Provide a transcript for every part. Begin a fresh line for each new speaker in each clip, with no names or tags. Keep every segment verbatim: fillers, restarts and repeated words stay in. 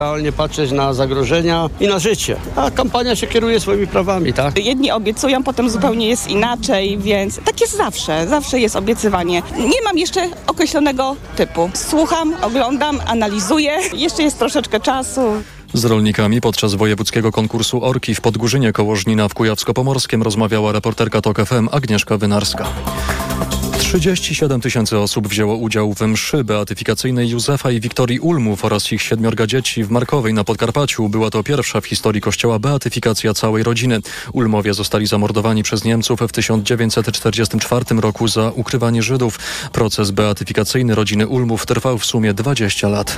Realnie patrzeć na zagrożenia i na życie, a kampania się kieruje swoimi prawami, tak?
Jedni obiecują, potem zupełnie jest inaczej, więc tak jest zawsze, zawsze jest obiecywanie. Nie mam jeszcze określonego typu. Słucham, oglądam, analizuję, jeszcze jest troszeczkę czasu.
Z rolnikami podczas wojewódzkiego konkursu Orki w Podgórzynie koło Żnina w Kujawsko-Pomorskiem rozmawiała reporterka TOK F M Agnieszka Wynarska. trzydzieści siedem tysięcy osób wzięło udział w mszy beatyfikacyjnej Józefa i Wiktorii Ulmów oraz ich siedmiorga dzieci w Markowej na Podkarpaciu. Była to pierwsza w historii kościoła beatyfikacja całej rodziny. Ulmowie zostali zamordowani przez Niemców w tysiąc dziewięćset czterdziestym czwartym roku za ukrywanie Żydów. Proces beatyfikacyjny rodziny Ulmów trwał w sumie dwadzieścia lat.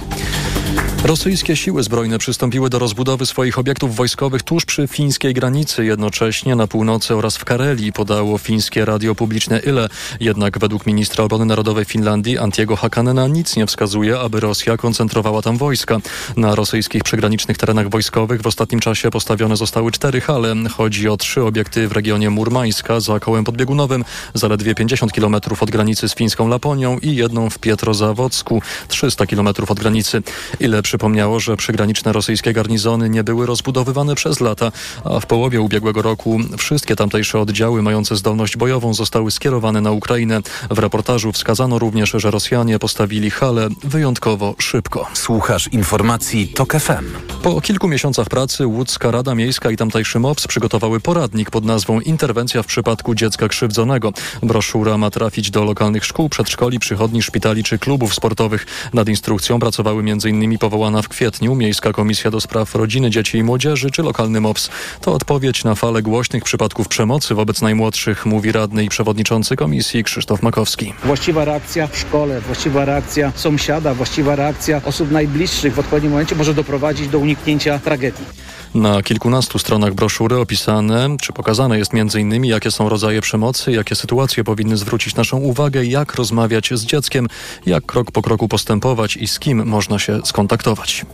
Rosyjskie siły zbrojne przystąpiły do rozbudowy swoich obiektów wojskowych tuż przy fińskiej granicy, jednocześnie na północy oraz w Karelii, podało fińskie radio publiczne Yle. Jednak według ministra obrony narodowej Finlandii Antiego Hakanena nic nie wskazuje, aby Rosja koncentrowała tam wojska. Na rosyjskich przygranicznych terenach wojskowych w ostatnim czasie postawione zostały cztery hale. Chodzi o trzy obiekty w regionie Murmańska za kołem podbiegunowym, zaledwie pięćdziesiąt kilometrów od granicy z fińską Laponią i jedną w Pietrozawodzku, trzysta kilometrów od granicy. Yle przypomniało, że przygraniczne rosyjskie garnizony nie były rozbudowywane przez lata, a w połowie ubiegłego roku wszystkie tamtejsze oddziały mające zdolność bojową zostały skierowane na Ukrainę. W reportażu wskazano również, że Rosjanie postawili hale wyjątkowo szybko.
Słuchasz informacji TOK F M.
Po kilku miesiącach pracy Łódzka Rada Miejska i tamtejszy M O P S przygotowały poradnik pod nazwą Interwencja w przypadku dziecka krzywdzonego. Broszura ma trafić do lokalnych szkół, przedszkoli, przychodni, szpitali czy klubów sportowych. Nad instrukcją pracowały m.in. powołane w kwietniu Miejska Komisja do Spraw Rodziny, Dzieci i Młodzieży czy lokalny M O P S. To odpowiedź na falę głośnych przypadków przemocy wobec najmłodszych, mówi radny i przewodniczący komisji Krzysztof Makowski.
Właściwa reakcja w szkole, właściwa reakcja sąsiada, właściwa reakcja osób najbliższych w odpowiednim momencie może doprowadzić do uniknięcia tragedii.
Na kilkunastu stronach broszury opisane czy pokazane jest m.in. jakie są rodzaje przemocy, jakie sytuacje powinny zwrócić naszą uwagę, jak rozmawiać z dzieckiem, jak krok po kroku postępować i z kim można się skontaktować.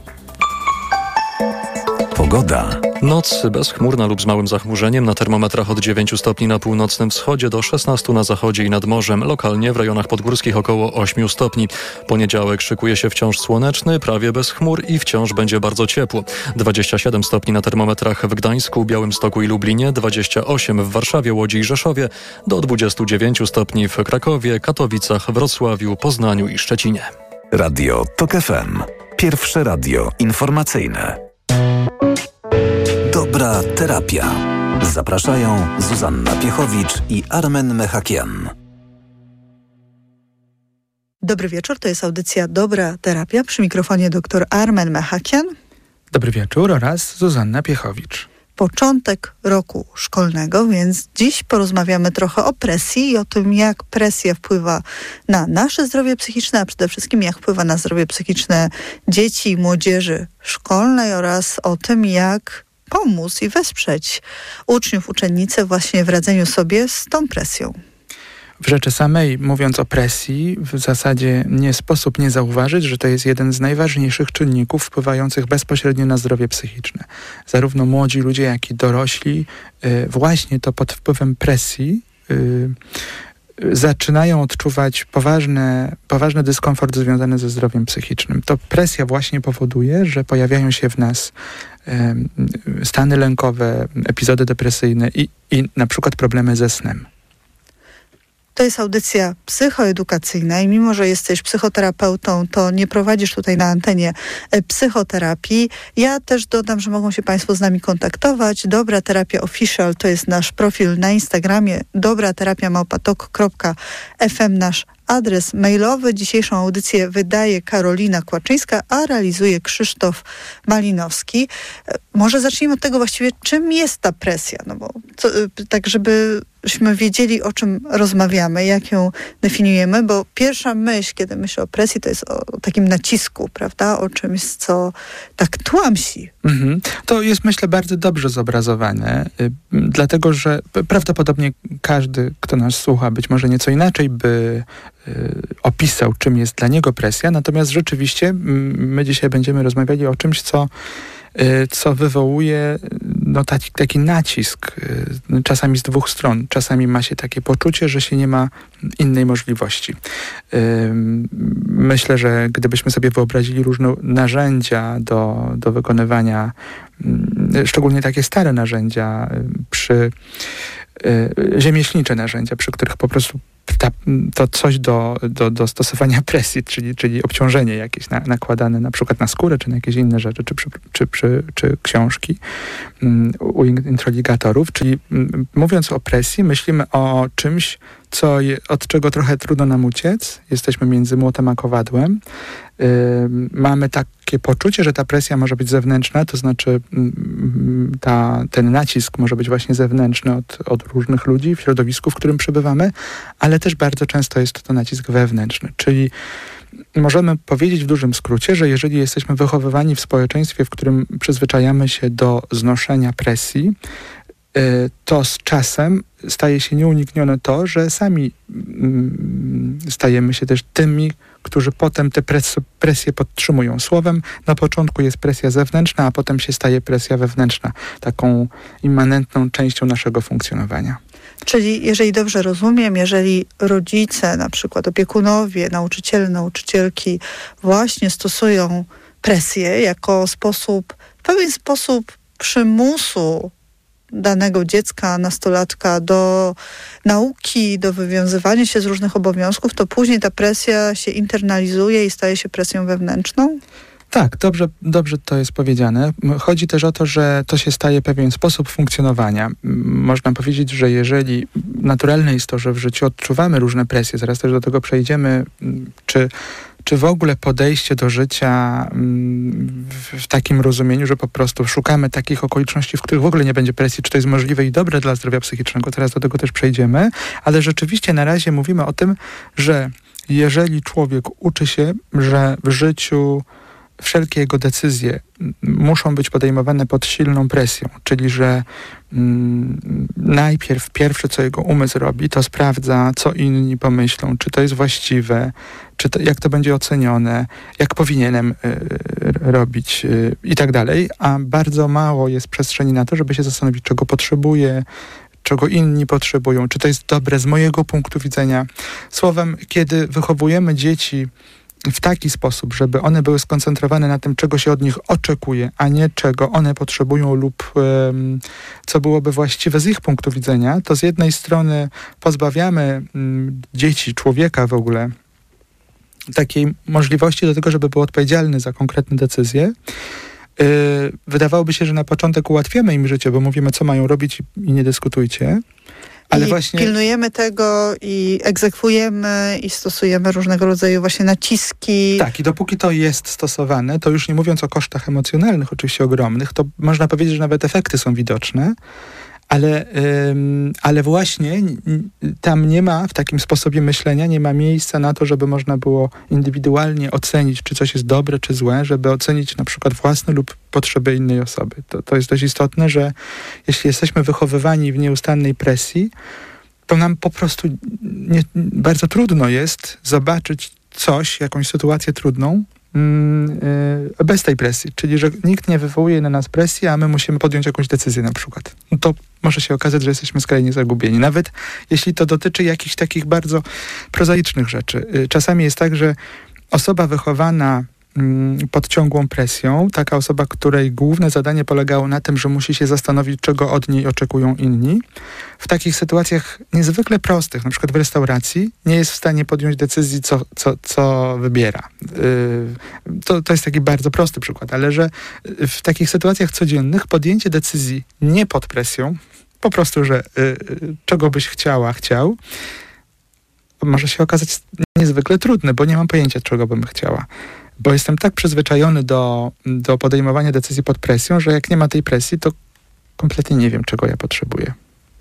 Pogoda.
Noc bezchmurna lub z małym zachmurzeniem, na termometrach od dziewięciu stopni na północnym wschodzie do szesnastu na zachodzie i nad morzem, lokalnie w rejonach podgórskich około ośmiu stopni. Poniedziałek szykuje się wciąż słoneczny, prawie bez chmur i wciąż będzie bardzo ciepło. dwadzieścia siedem stopni na termometrach w Gdańsku, Białymstoku i Lublinie, dwadzieścia osiem w Warszawie, Łodzi i Rzeszowie, do dwudziestu dziewięciu stopni w Krakowie, Katowicach, Wrocławiu, Poznaniu i Szczecinie.
Radio TOK F M. Pierwsze radio informacyjne. Dobra terapia. Zapraszają Zuzanna Piechowicz i Armen Mechakian.
Dobry wieczór, to jest audycja Dobra terapia. Przy mikrofonie dr Armen Mechakian.
Dobry wieczór oraz Zuzanna Piechowicz.
Początek roku szkolnego, więc dziś porozmawiamy trochę o presji i o tym, jak presja wpływa na nasze zdrowie psychiczne, a przede wszystkim jak wpływa na zdrowie psychiczne dzieci i młodzieży szkolnej oraz o tym, jak pomóc i wesprzeć uczniów, uczennice właśnie w radzeniu sobie z tą presją.
W rzeczy samej, mówiąc o presji, w zasadzie nie sposób nie zauważyć, że to jest jeden z najważniejszych czynników wpływających bezpośrednio na zdrowie psychiczne. Zarówno młodzi ludzie, jak i dorośli y, właśnie to pod wpływem presji y, zaczynają odczuwać poważne, poważny dyskomfort związany ze zdrowiem psychicznym. To presja właśnie powoduje, że pojawiają się w nas y, stany lękowe, epizody depresyjne i, i na przykład problemy ze snem.
To jest audycja psychoedukacyjna i mimo, że jesteś psychoterapeutą, to nie prowadzisz tutaj na antenie psychoterapii. Ja też dodam, że mogą się Państwo z nami kontaktować. Dobra Terapia Official to jest nasz profil na Instagramie. Dobra Terapia małpa tok kropka f m nasz adres mailowy. Dzisiejszą audycję wydaje Karolina Kłaczyńska, a realizuje Krzysztof Malinowski. Może zacznijmy od tego właściwie, czym jest ta presja, no bo co, tak żebyśmy wiedzieli, o czym rozmawiamy, jak ją definiujemy, bo pierwsza myśl, kiedy myślę o presji, to jest o takim nacisku, prawda, o czymś, co tak tłamsi.
Mhm. To jest, myślę, bardzo dobrze zobrazowane, y, dlatego, że prawdopodobnie każdy, kto nas słucha, być może nieco inaczej by y, opisał, czym jest dla niego presja, natomiast rzeczywiście y, my dzisiaj będziemy rozmawiali o czymś, co co wywołuje no, taki, taki nacisk, czasami z dwóch stron. Czasami ma się takie poczucie, że się nie ma innej możliwości. Myślę, że gdybyśmy sobie wyobrazili różne narzędzia do, do wykonywania, szczególnie takie stare narzędzia, przy rzemieślnicze narzędzia, przy których po prostu ta, to coś do, do, do stosowania presji, czyli, czyli obciążenie jakieś na, nakładane na przykład na skórę, czy na jakieś inne rzeczy, czy, czy, czy, czy, czy książki um, u introligatorów. Czyli um, mówiąc o presji, myślimy o czymś, co je, od czego trochę trudno nam uciec. Jesteśmy między młotem a kowadłem. Yy, mamy takie poczucie, że ta presja może być zewnętrzna, to znaczy yy, ta, ten nacisk może być właśnie zewnętrzny od, od różnych ludzi w środowisku, w którym przebywamy, ale też bardzo często jest to nacisk wewnętrzny, czyli możemy powiedzieć w dużym skrócie, że jeżeli jesteśmy wychowywani w społeczeństwie, w którym przyzwyczajamy się do znoszenia presji, to z czasem staje się nieuniknione to, że sami stajemy się też tymi, którzy potem te pres- presje podtrzymują. Słowem, na początku jest presja zewnętrzna, a potem się staje presja wewnętrzna, taką immanentną częścią naszego funkcjonowania.
Czyli jeżeli dobrze rozumiem, jeżeli rodzice, na przykład opiekunowie, nauczyciele, nauczycielki właśnie stosują presję jako sposób, w pewien sposób przymusu danego dziecka, nastolatka do nauki, do wywiązywania się z różnych obowiązków, to później ta presja się internalizuje i staje się presją wewnętrzną?
Tak, dobrze, dobrze to jest powiedziane. Chodzi też o to, że to się staje pewien sposób funkcjonowania. Można powiedzieć, że jeżeli naturalne jest to, że w życiu odczuwamy różne presje, zaraz też do tego przejdziemy, czy czy w ogóle podejście do życia w, w takim rozumieniu, że po prostu szukamy takich okoliczności, w których w ogóle nie będzie presji, czy to jest możliwe i dobre dla zdrowia psychicznego, teraz do tego też przejdziemy, ale rzeczywiście na razie mówimy o tym, że jeżeli człowiek uczy się, że w życiu wszelkie jego decyzje muszą być podejmowane pod silną presją, czyli że mm, najpierw pierwsze, co jego umysł robi, to sprawdza, co inni pomyślą, czy to jest właściwe, czy to, jak to będzie ocenione, jak powinienem y, robić y, i tak dalej, a bardzo mało jest przestrzeni na to, żeby się zastanowić, czego potrzebuje, czego inni potrzebują, czy to jest dobre z mojego punktu widzenia. Słowem, kiedy wychowujemy dzieci w taki sposób, żeby one były skoncentrowane na tym, czego się od nich oczekuje, a nie czego one potrzebują lub um, co byłoby właściwe z ich punktu widzenia, to z jednej strony pozbawiamy um, dzieci, człowieka w ogóle takiej możliwości do tego, żeby był odpowiedzialny za konkretne decyzje. Yy, wydawałoby się, że na początek ułatwiamy im życie, bo mówimy, co mają robić i, i nie dyskutujcie. Ale
I
właśnie
pilnujemy tego i egzekwujemy i stosujemy różnego rodzaju właśnie naciski.
Tak, i dopóki to jest stosowane, to już nie mówiąc o kosztach emocjonalnych, oczywiście ogromnych, to można powiedzieć, że nawet efekty są widoczne, ale, ym, ale właśnie n- tam nie ma, w takim sposobie myślenia, nie ma miejsca na to, żeby można było indywidualnie ocenić, czy coś jest dobre, czy złe, żeby ocenić na przykład własne lub potrzeby innej osoby. To, to jest dość istotne, że jeśli jesteśmy wychowywani w nieustannej presji, to nam po prostu nie, bardzo trudno jest zobaczyć coś, jakąś sytuację trudną, Yy, bez tej presji, czyli że nikt nie wywołuje na nas presji, a my musimy podjąć jakąś decyzję na przykład. No to może się okazać, że jesteśmy skrajnie zagubieni. Nawet jeśli to dotyczy jakichś takich bardzo prozaicznych rzeczy. Yy, czasami jest tak, że osoba wychowana yy, pod ciągłą presją, taka osoba, której główne zadanie polegało na tym, że musi się zastanowić, czego od niej oczekują inni, w takich sytuacjach niezwykle prostych, na przykład w restauracji, nie jest w stanie podjąć decyzji, co, co, co wybiera. Yy, to, to jest taki bardzo prosty przykład, ale że w takich sytuacjach codziennych podjęcie decyzji nie pod presją, po prostu, że yy, czego byś chciała, chciał, może się okazać niezwykle trudne, bo nie mam pojęcia, czego bym chciała. Bo jestem tak przyzwyczajony do, do podejmowania decyzji pod presją, że jak nie ma tej presji, to kompletnie nie wiem, czego ja potrzebuję.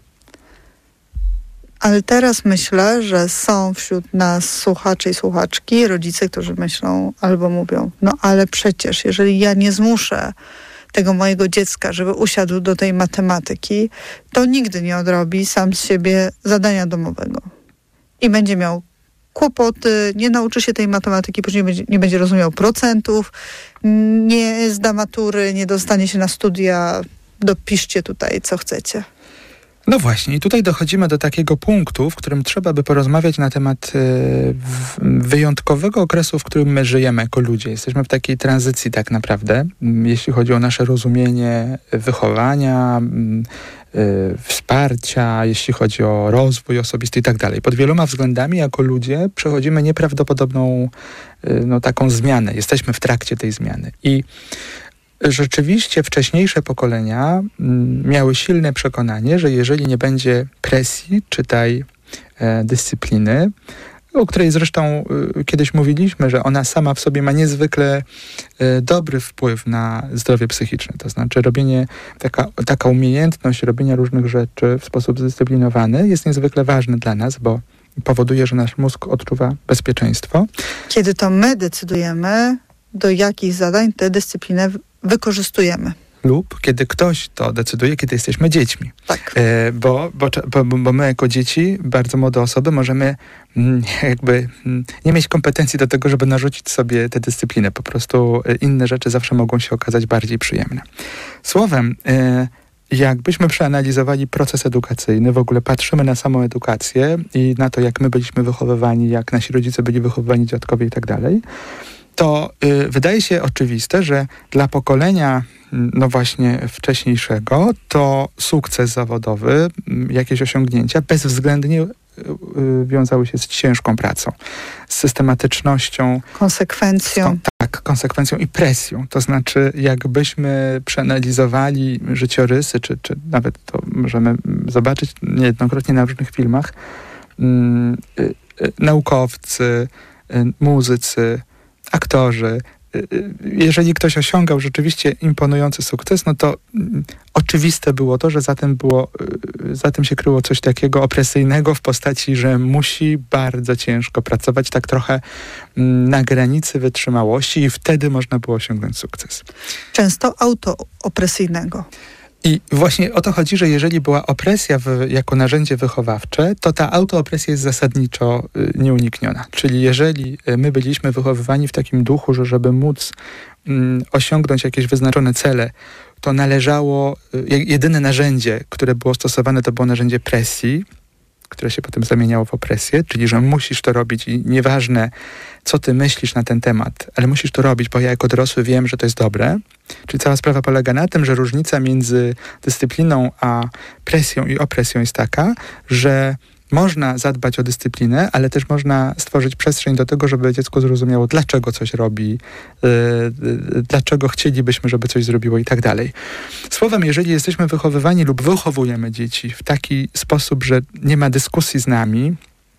Ale teraz myślę, że są wśród nas słuchacze i słuchaczki, rodzice, którzy myślą albo mówią, no ale przecież jeżeli ja nie zmuszę tego mojego dziecka, żeby usiadł do tej matematyki, to nigdy nie odrobi sam z siebie zadania domowego. I będzie miał kłopoty, nie nauczy się tej matematyki, później będzie, nie będzie rozumiał procentów, nie zda matury, nie dostanie się na studia, dopiszcie tutaj, co chcecie.
No właśnie, i tutaj dochodzimy do takiego punktu, w którym trzeba by porozmawiać na temat y, wyjątkowego okresu, w którym my żyjemy jako ludzie. Jesteśmy w takiej tranzycji tak naprawdę, jeśli chodzi o nasze rozumienie wychowania, y, y, wsparcia, jeśli chodzi o rozwój osobisty i tak dalej. Pod wieloma względami jako ludzie przechodzimy nieprawdopodobną y, no, taką zmianę. Jesteśmy w trakcie tej zmiany. I rzeczywiście wcześniejsze pokolenia miały silne przekonanie, że jeżeli nie będzie presji, czytaj e, dyscypliny, o której zresztą y, kiedyś mówiliśmy, że ona sama w sobie ma niezwykle y, dobry wpływ na zdrowie psychiczne. To znaczy robienie, taka, taka umiejętność robienia różnych rzeczy w sposób zdyscyplinowany jest niezwykle ważny dla nas, bo powoduje, że nasz mózg odczuwa bezpieczeństwo.
Kiedy to my decydujemy, do jakich zadań tę dyscyplinę wykorzystujemy.
Lub kiedy ktoś to decyduje, kiedy jesteśmy dziećmi.
Tak.
E, bo, bo, bo, bo my jako dzieci, bardzo młode osoby, możemy mm, jakby mm, nie mieć kompetencji do tego, żeby narzucić sobie tę dyscyplinę. Po prostu e, inne rzeczy zawsze mogą się okazać bardziej przyjemne. Słowem, e, jakbyśmy przeanalizowali proces edukacyjny, w ogóle patrzymy na samą edukację i na to, jak my byliśmy wychowywani, jak nasi rodzice byli wychowywani, dziadkowie i tak dalej, to y, wydaje się oczywiste, że dla pokolenia no właśnie wcześniejszego to sukces zawodowy, jakieś osiągnięcia bezwzględnie y, y, wiązały się z ciężką pracą, z systematycznością.
Konsekwencją.
Z, tak, konsekwencją i presją. To znaczy, jakbyśmy przeanalizowali życiorysy, czy, czy nawet to możemy zobaczyć niejednokrotnie na różnych filmach, y, y, y, naukowcy, y, muzycy, aktorzy, jeżeli ktoś osiągał rzeczywiście imponujący sukces, no to oczywiste było to, że za tym, było, za tym się kryło coś takiego opresyjnego w postaci, że musi bardzo ciężko pracować, tak trochę na granicy wytrzymałości i wtedy można było osiągnąć sukces.
Często autoopresyjnego.
I właśnie o to chodzi, że jeżeli była opresja w, jako narzędzie wychowawcze, to ta autoopresja jest zasadniczo y, nieunikniona. Czyli jeżeli y, my byliśmy wychowywani w takim duchu, że żeby móc y, osiągnąć jakieś wyznaczone cele, to należało, y, jedyne narzędzie, które było stosowane, to było narzędzie presji, które się potem zamieniało w opresję, czyli że musisz to robić i nieważne, co ty myślisz na ten temat, ale musisz to robić, bo ja jako dorosły wiem, że to jest dobre. Czyli cała sprawa polega na tym, że różnica między dyscypliną a presją i opresją jest taka, że można zadbać o dyscyplinę, ale też można stworzyć przestrzeń do tego, żeby dziecko zrozumiało, dlaczego coś robi, yy, yy, dlaczego chcielibyśmy, żeby coś zrobiło i tak dalej. Słowem, jeżeli jesteśmy wychowywani lub wychowujemy dzieci w taki sposób, że nie ma dyskusji z nami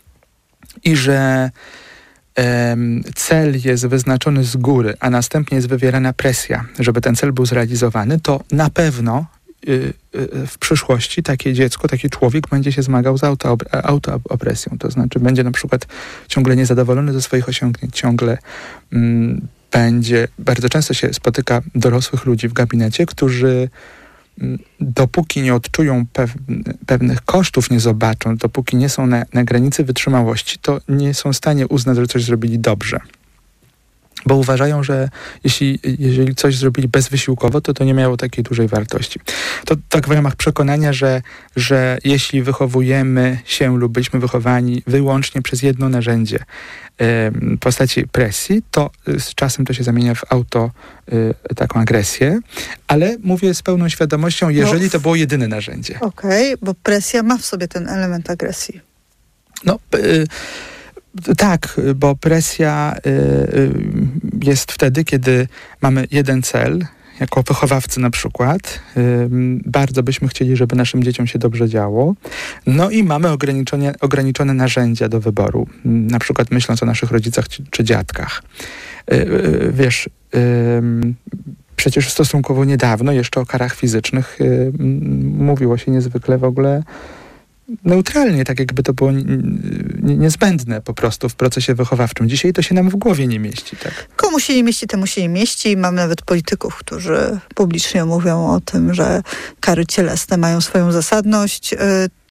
i że yy, cel jest wyznaczony z góry, a następnie jest wywierana presja, żeby ten cel był zrealizowany, to na pewno w przyszłości takie dziecko, taki człowiek będzie się zmagał z autoopresją. To znaczy będzie na przykład ciągle niezadowolony ze swoich osiągnięć, ciągle mm, będzie, bardzo często się spotyka dorosłych ludzi w gabinecie, którzy mm, dopóki nie odczują pew, pewnych kosztów, nie zobaczą, dopóki nie są na, na granicy wytrzymałości, to nie są w stanie uznać, że coś zrobili dobrze. Bo uważają, że jeśli jeżeli coś zrobili bezwysiłkowo, to to nie miało takiej dużej wartości. To tak w ramach przekonania, że, że jeśli wychowujemy się lub byliśmy wychowani wyłącznie przez jedno narzędzie w postaci presji, to z czasem to się zamienia w auto, y, taką agresję, ale mówię z pełną świadomością, jeżeli no, to było jedyne narzędzie.
Okej, okay, bo presja ma w sobie ten element agresji.
No, y, tak, bo presja y, y, jest wtedy, kiedy mamy jeden cel, jako wychowawcy na przykład, y, bardzo byśmy chcieli, żeby naszym dzieciom się dobrze działo, no i mamy ograniczone, ograniczone narzędzia do wyboru, na przykład myśląc o naszych rodzicach czy, czy dziadkach. Y, y, wiesz, y, przecież stosunkowo niedawno jeszcze o karach fizycznych y, mówiło się niezwykle w ogóle neutralnie, tak jakby to było niezbędne po prostu w procesie wychowawczym. Dzisiaj to się nam w głowie nie mieści. Tak?
Komu się nie mieści, temu się nie mieści. Mamy nawet polityków, którzy publicznie mówią o tym, że kary cielesne mają swoją zasadność.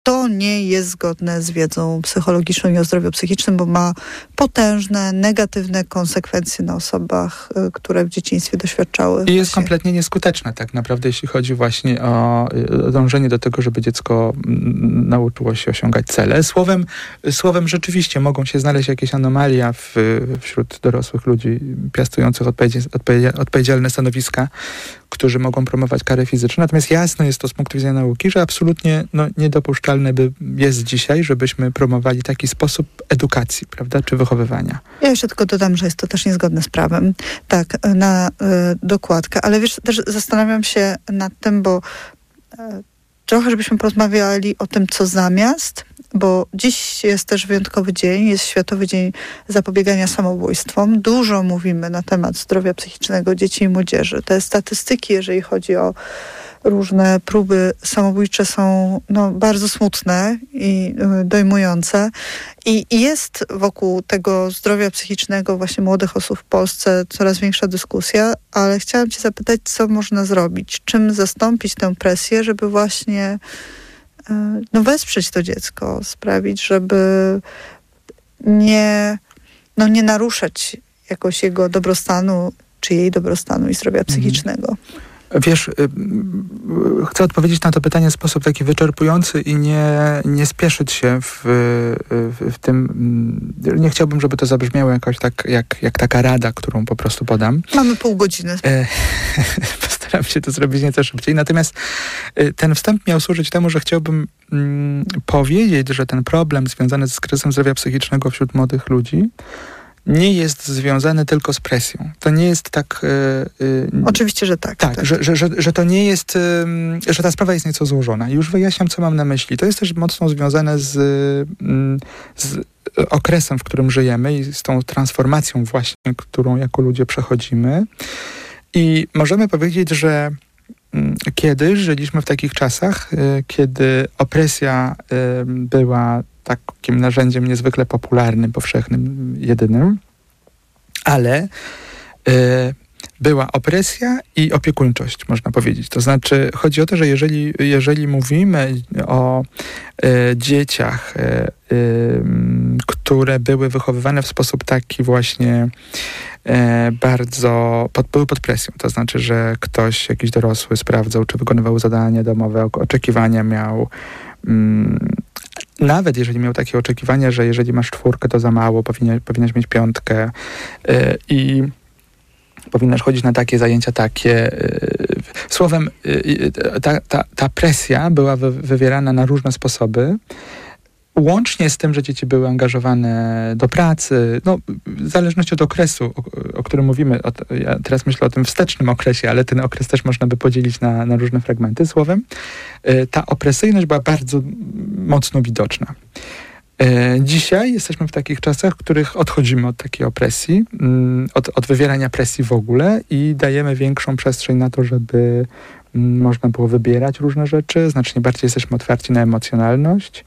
to nie jest zgodne z wiedzą psychologiczną i o zdrowiu psychicznym, bo ma potężne, negatywne konsekwencje na osobach, które w dzieciństwie doświadczały.
I jest
właśnie
kompletnie nieskuteczne tak naprawdę, jeśli chodzi właśnie o dążenie do tego, żeby dziecko nauczyło się osiągać cele. Słowem, słowem rzeczywiście mogą się znaleźć jakieś anomalia w, wśród dorosłych ludzi piastujących odpowiedzialne, odpowiedzialne stanowiska, którzy mogą promować kary fizyczne. Natomiast jasne jest to z punktu widzenia nauki, że absolutnie no, niedopuszczalne by jest dzisiaj, żebyśmy promowali taki sposób edukacji, prawda, czy wychowywania.
Ja jeszcze tylko dodam, że jest to też niezgodne z prawem. Tak, na y, dokładkę. Ale wiesz, też zastanawiam się nad tym, bo y, trochę, żebyśmy porozmawiali o tym, co zamiast, bo dziś jest też wyjątkowy dzień, jest Światowy Dzień Zapobiegania Samobójstwom. Dużo mówimy na temat zdrowia psychicznego dzieci i młodzieży. Te statystyki, jeżeli chodzi o różne próby samobójcze, są no, bardzo smutne i y, dojmujące. I, I jest wokół tego zdrowia psychicznego właśnie młodych osób w Polsce coraz większa dyskusja, ale chciałam cię zapytać, co można zrobić? Czym zastąpić tę presję, żeby właśnie y, no, wesprzeć to dziecko, sprawić, żeby nie, no, nie naruszać jakoś jego dobrostanu, czy jej dobrostanu i zdrowia psychicznego.
Wiesz, chcę odpowiedzieć na to pytanie w sposób taki wyczerpujący i nie, nie spieszyć się w, w, w tym. Nie chciałbym, żeby to zabrzmiało jakoś tak, jak, jak taka rada, którą po prostu podam.
Mamy pół godziny.
E, postaram się to zrobić nieco szybciej. Natomiast ten wstęp miał służyć temu, że chciałbym mm, powiedzieć, że ten problem związany z kryzysem zdrowia psychicznego wśród młodych ludzi nie jest związany tylko z presją. To nie jest tak... Yy, yy,
Oczywiście, że tak.
Tak,
tak.
Że, że, że, że to nie jest... Yy, że ta sprawa jest nieco złożona. I już wyjaśniam, co mam na myśli. To jest też mocno związane z, yy, z okresem, w którym żyjemy i z tą transformacją właśnie, którą jako ludzie przechodzimy. I możemy powiedzieć, że yy, kiedyś żyliśmy w takich czasach, yy, kiedy opresja yy, była takim narzędziem niezwykle popularnym, powszechnym, jedynym, ale y, była opresja i opiekuńczość, można powiedzieć. To znaczy, chodzi o to, że jeżeli, jeżeli mówimy o y, dzieciach, y, y, które były wychowywane w sposób taki właśnie y, bardzo, pod, były pod presją, to znaczy, że ktoś, jakiś dorosły sprawdzał, czy wykonywał zadania domowe, oczekiwania miał, nawet jeżeli miał takie oczekiwania, że jeżeli masz czwórkę, to za mało, powinien, powinnaś mieć piątkę yy, i powinnaś chodzić na takie zajęcia, takie. Yy, słowem, yy, ta, ta, ta presja była wy, wywierana na różne sposoby. Łącznie z tym, że dzieci były angażowane do pracy, no w zależności od okresu, o, o którym mówimy, o, ja teraz myślę o tym wstecznym okresie, ale ten okres też można by podzielić na, na różne fragmenty. Słowem, y, ta opresyjność była bardzo mocno widoczna. Y, dzisiaj jesteśmy w takich czasach, w których odchodzimy od takiej opresji, y, od, od wywierania presji w ogóle i dajemy większą przestrzeń na to, żeby y, można było wybierać różne rzeczy, znacznie bardziej jesteśmy otwarci na emocjonalność.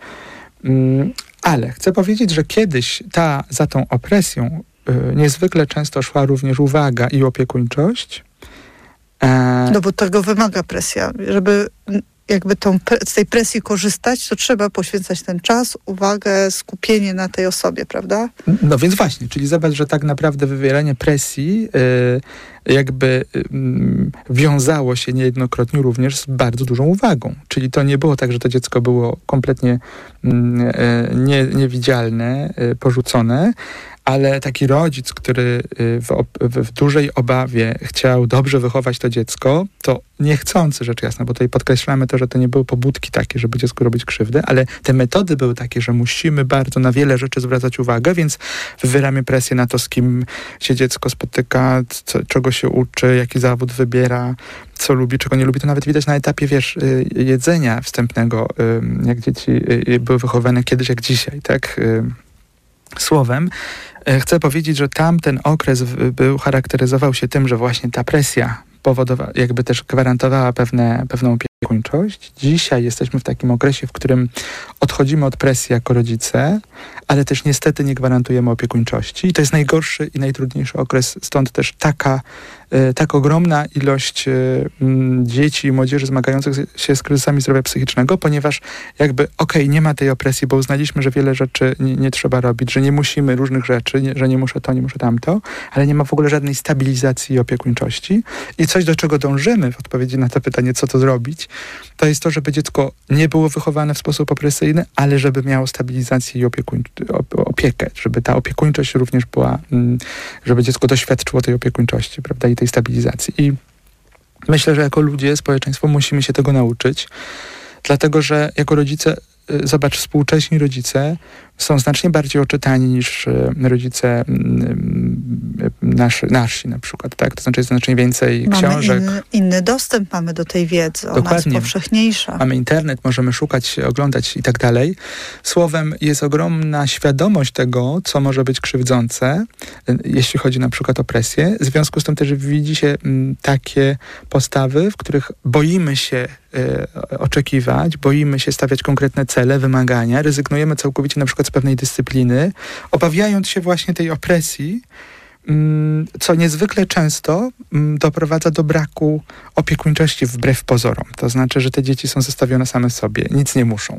Ale chcę powiedzieć, że kiedyś ta, za tą opresją y, niezwykle często szła również uwaga i opiekuńczość. E...
No bo tego wymaga presja. Żeby jakby tą, z tej presji korzystać, to trzeba poświęcać ten czas, uwagę, skupienie na tej osobie, prawda?
No więc właśnie, czyli zobacz, że tak naprawdę wywieranie presji y, jakby y, wiązało się niejednokrotnie również z bardzo dużą uwagą. Czyli to nie było tak, że to dziecko było kompletnie y, nie, niewidzialne, y, porzucone, ale taki rodzic, który w, w, w dużej obawie chciał dobrze wychować to dziecko, to niechcący, rzecz jasna, bo tutaj podkreślamy to, że to nie były pobudki takie, żeby dziecku robić krzywdę, ale te metody były takie, że musimy bardzo na wiele rzeczy zwracać uwagę, więc wywieramy presję na to, z kim się dziecko spotyka, co, czego się uczy, jaki zawód wybiera, co lubi, czego nie lubi. To nawet widać na etapie, wiesz, jedzenia wstępnego, jak dzieci były wychowane kiedyś, jak dzisiaj, tak? Słowem, chcę powiedzieć, że tamten okres był, charakteryzował się tym, że właśnie ta presja powodowała, jakby też gwarantowała pewne, pewną opiekuńczość. Dzisiaj jesteśmy w takim okresie, w którym odchodzimy od presji jako rodzice, ale też niestety nie gwarantujemy opiekuńczości. I to jest najgorszy i najtrudniejszy okres, stąd też taka tak ogromna ilość dzieci i młodzieży zmagających się z kryzysami zdrowia psychicznego, ponieważ jakby okej, okay, nie ma tej opresji, bo uznaliśmy, że wiele rzeczy nie, nie trzeba robić, że nie musimy różnych rzeczy, nie, że nie muszę to, nie muszę tamto, ale nie ma w ogóle żadnej stabilizacji i opiekuńczości. I coś, do czego dążymy w odpowiedzi na to pytanie, co to zrobić, to jest to, żeby dziecko nie było wychowane w sposób opresyjny, ale żeby miało stabilizację i opiekuń, opiekę, żeby ta opiekuńczość również była, żeby dziecko doświadczyło tej opiekuńczości, prawda, i tej stabilizacji. I myślę, że jako ludzie, społeczeństwo musimy się tego nauczyć, dlatego, że jako rodzice, zobacz, współcześni rodzice są znacznie bardziej oczytani niż rodzice nasi, nasi na przykład, tak? To znaczy jest znacznie więcej
mamy
książek.
Inny, inny dostęp mamy do tej wiedzy, ona
Dokładnie.
jest powszechniejsza.
Mamy internet, możemy szukać, oglądać i tak dalej. Słowem, jest ogromna świadomość tego, co może być krzywdzące, jeśli chodzi na przykład o presję. W związku z tym też widzi się m, takie postawy, w których boimy się e, oczekiwać, boimy się stawiać konkretne cele, wymagania, rezygnujemy całkowicie na przykład z pewnej dyscypliny, obawiając się właśnie tej opresji, co niezwykle często doprowadza do braku opiekuńczości wbrew pozorom. To znaczy, że te dzieci są zostawione same sobie, nic nie muszą.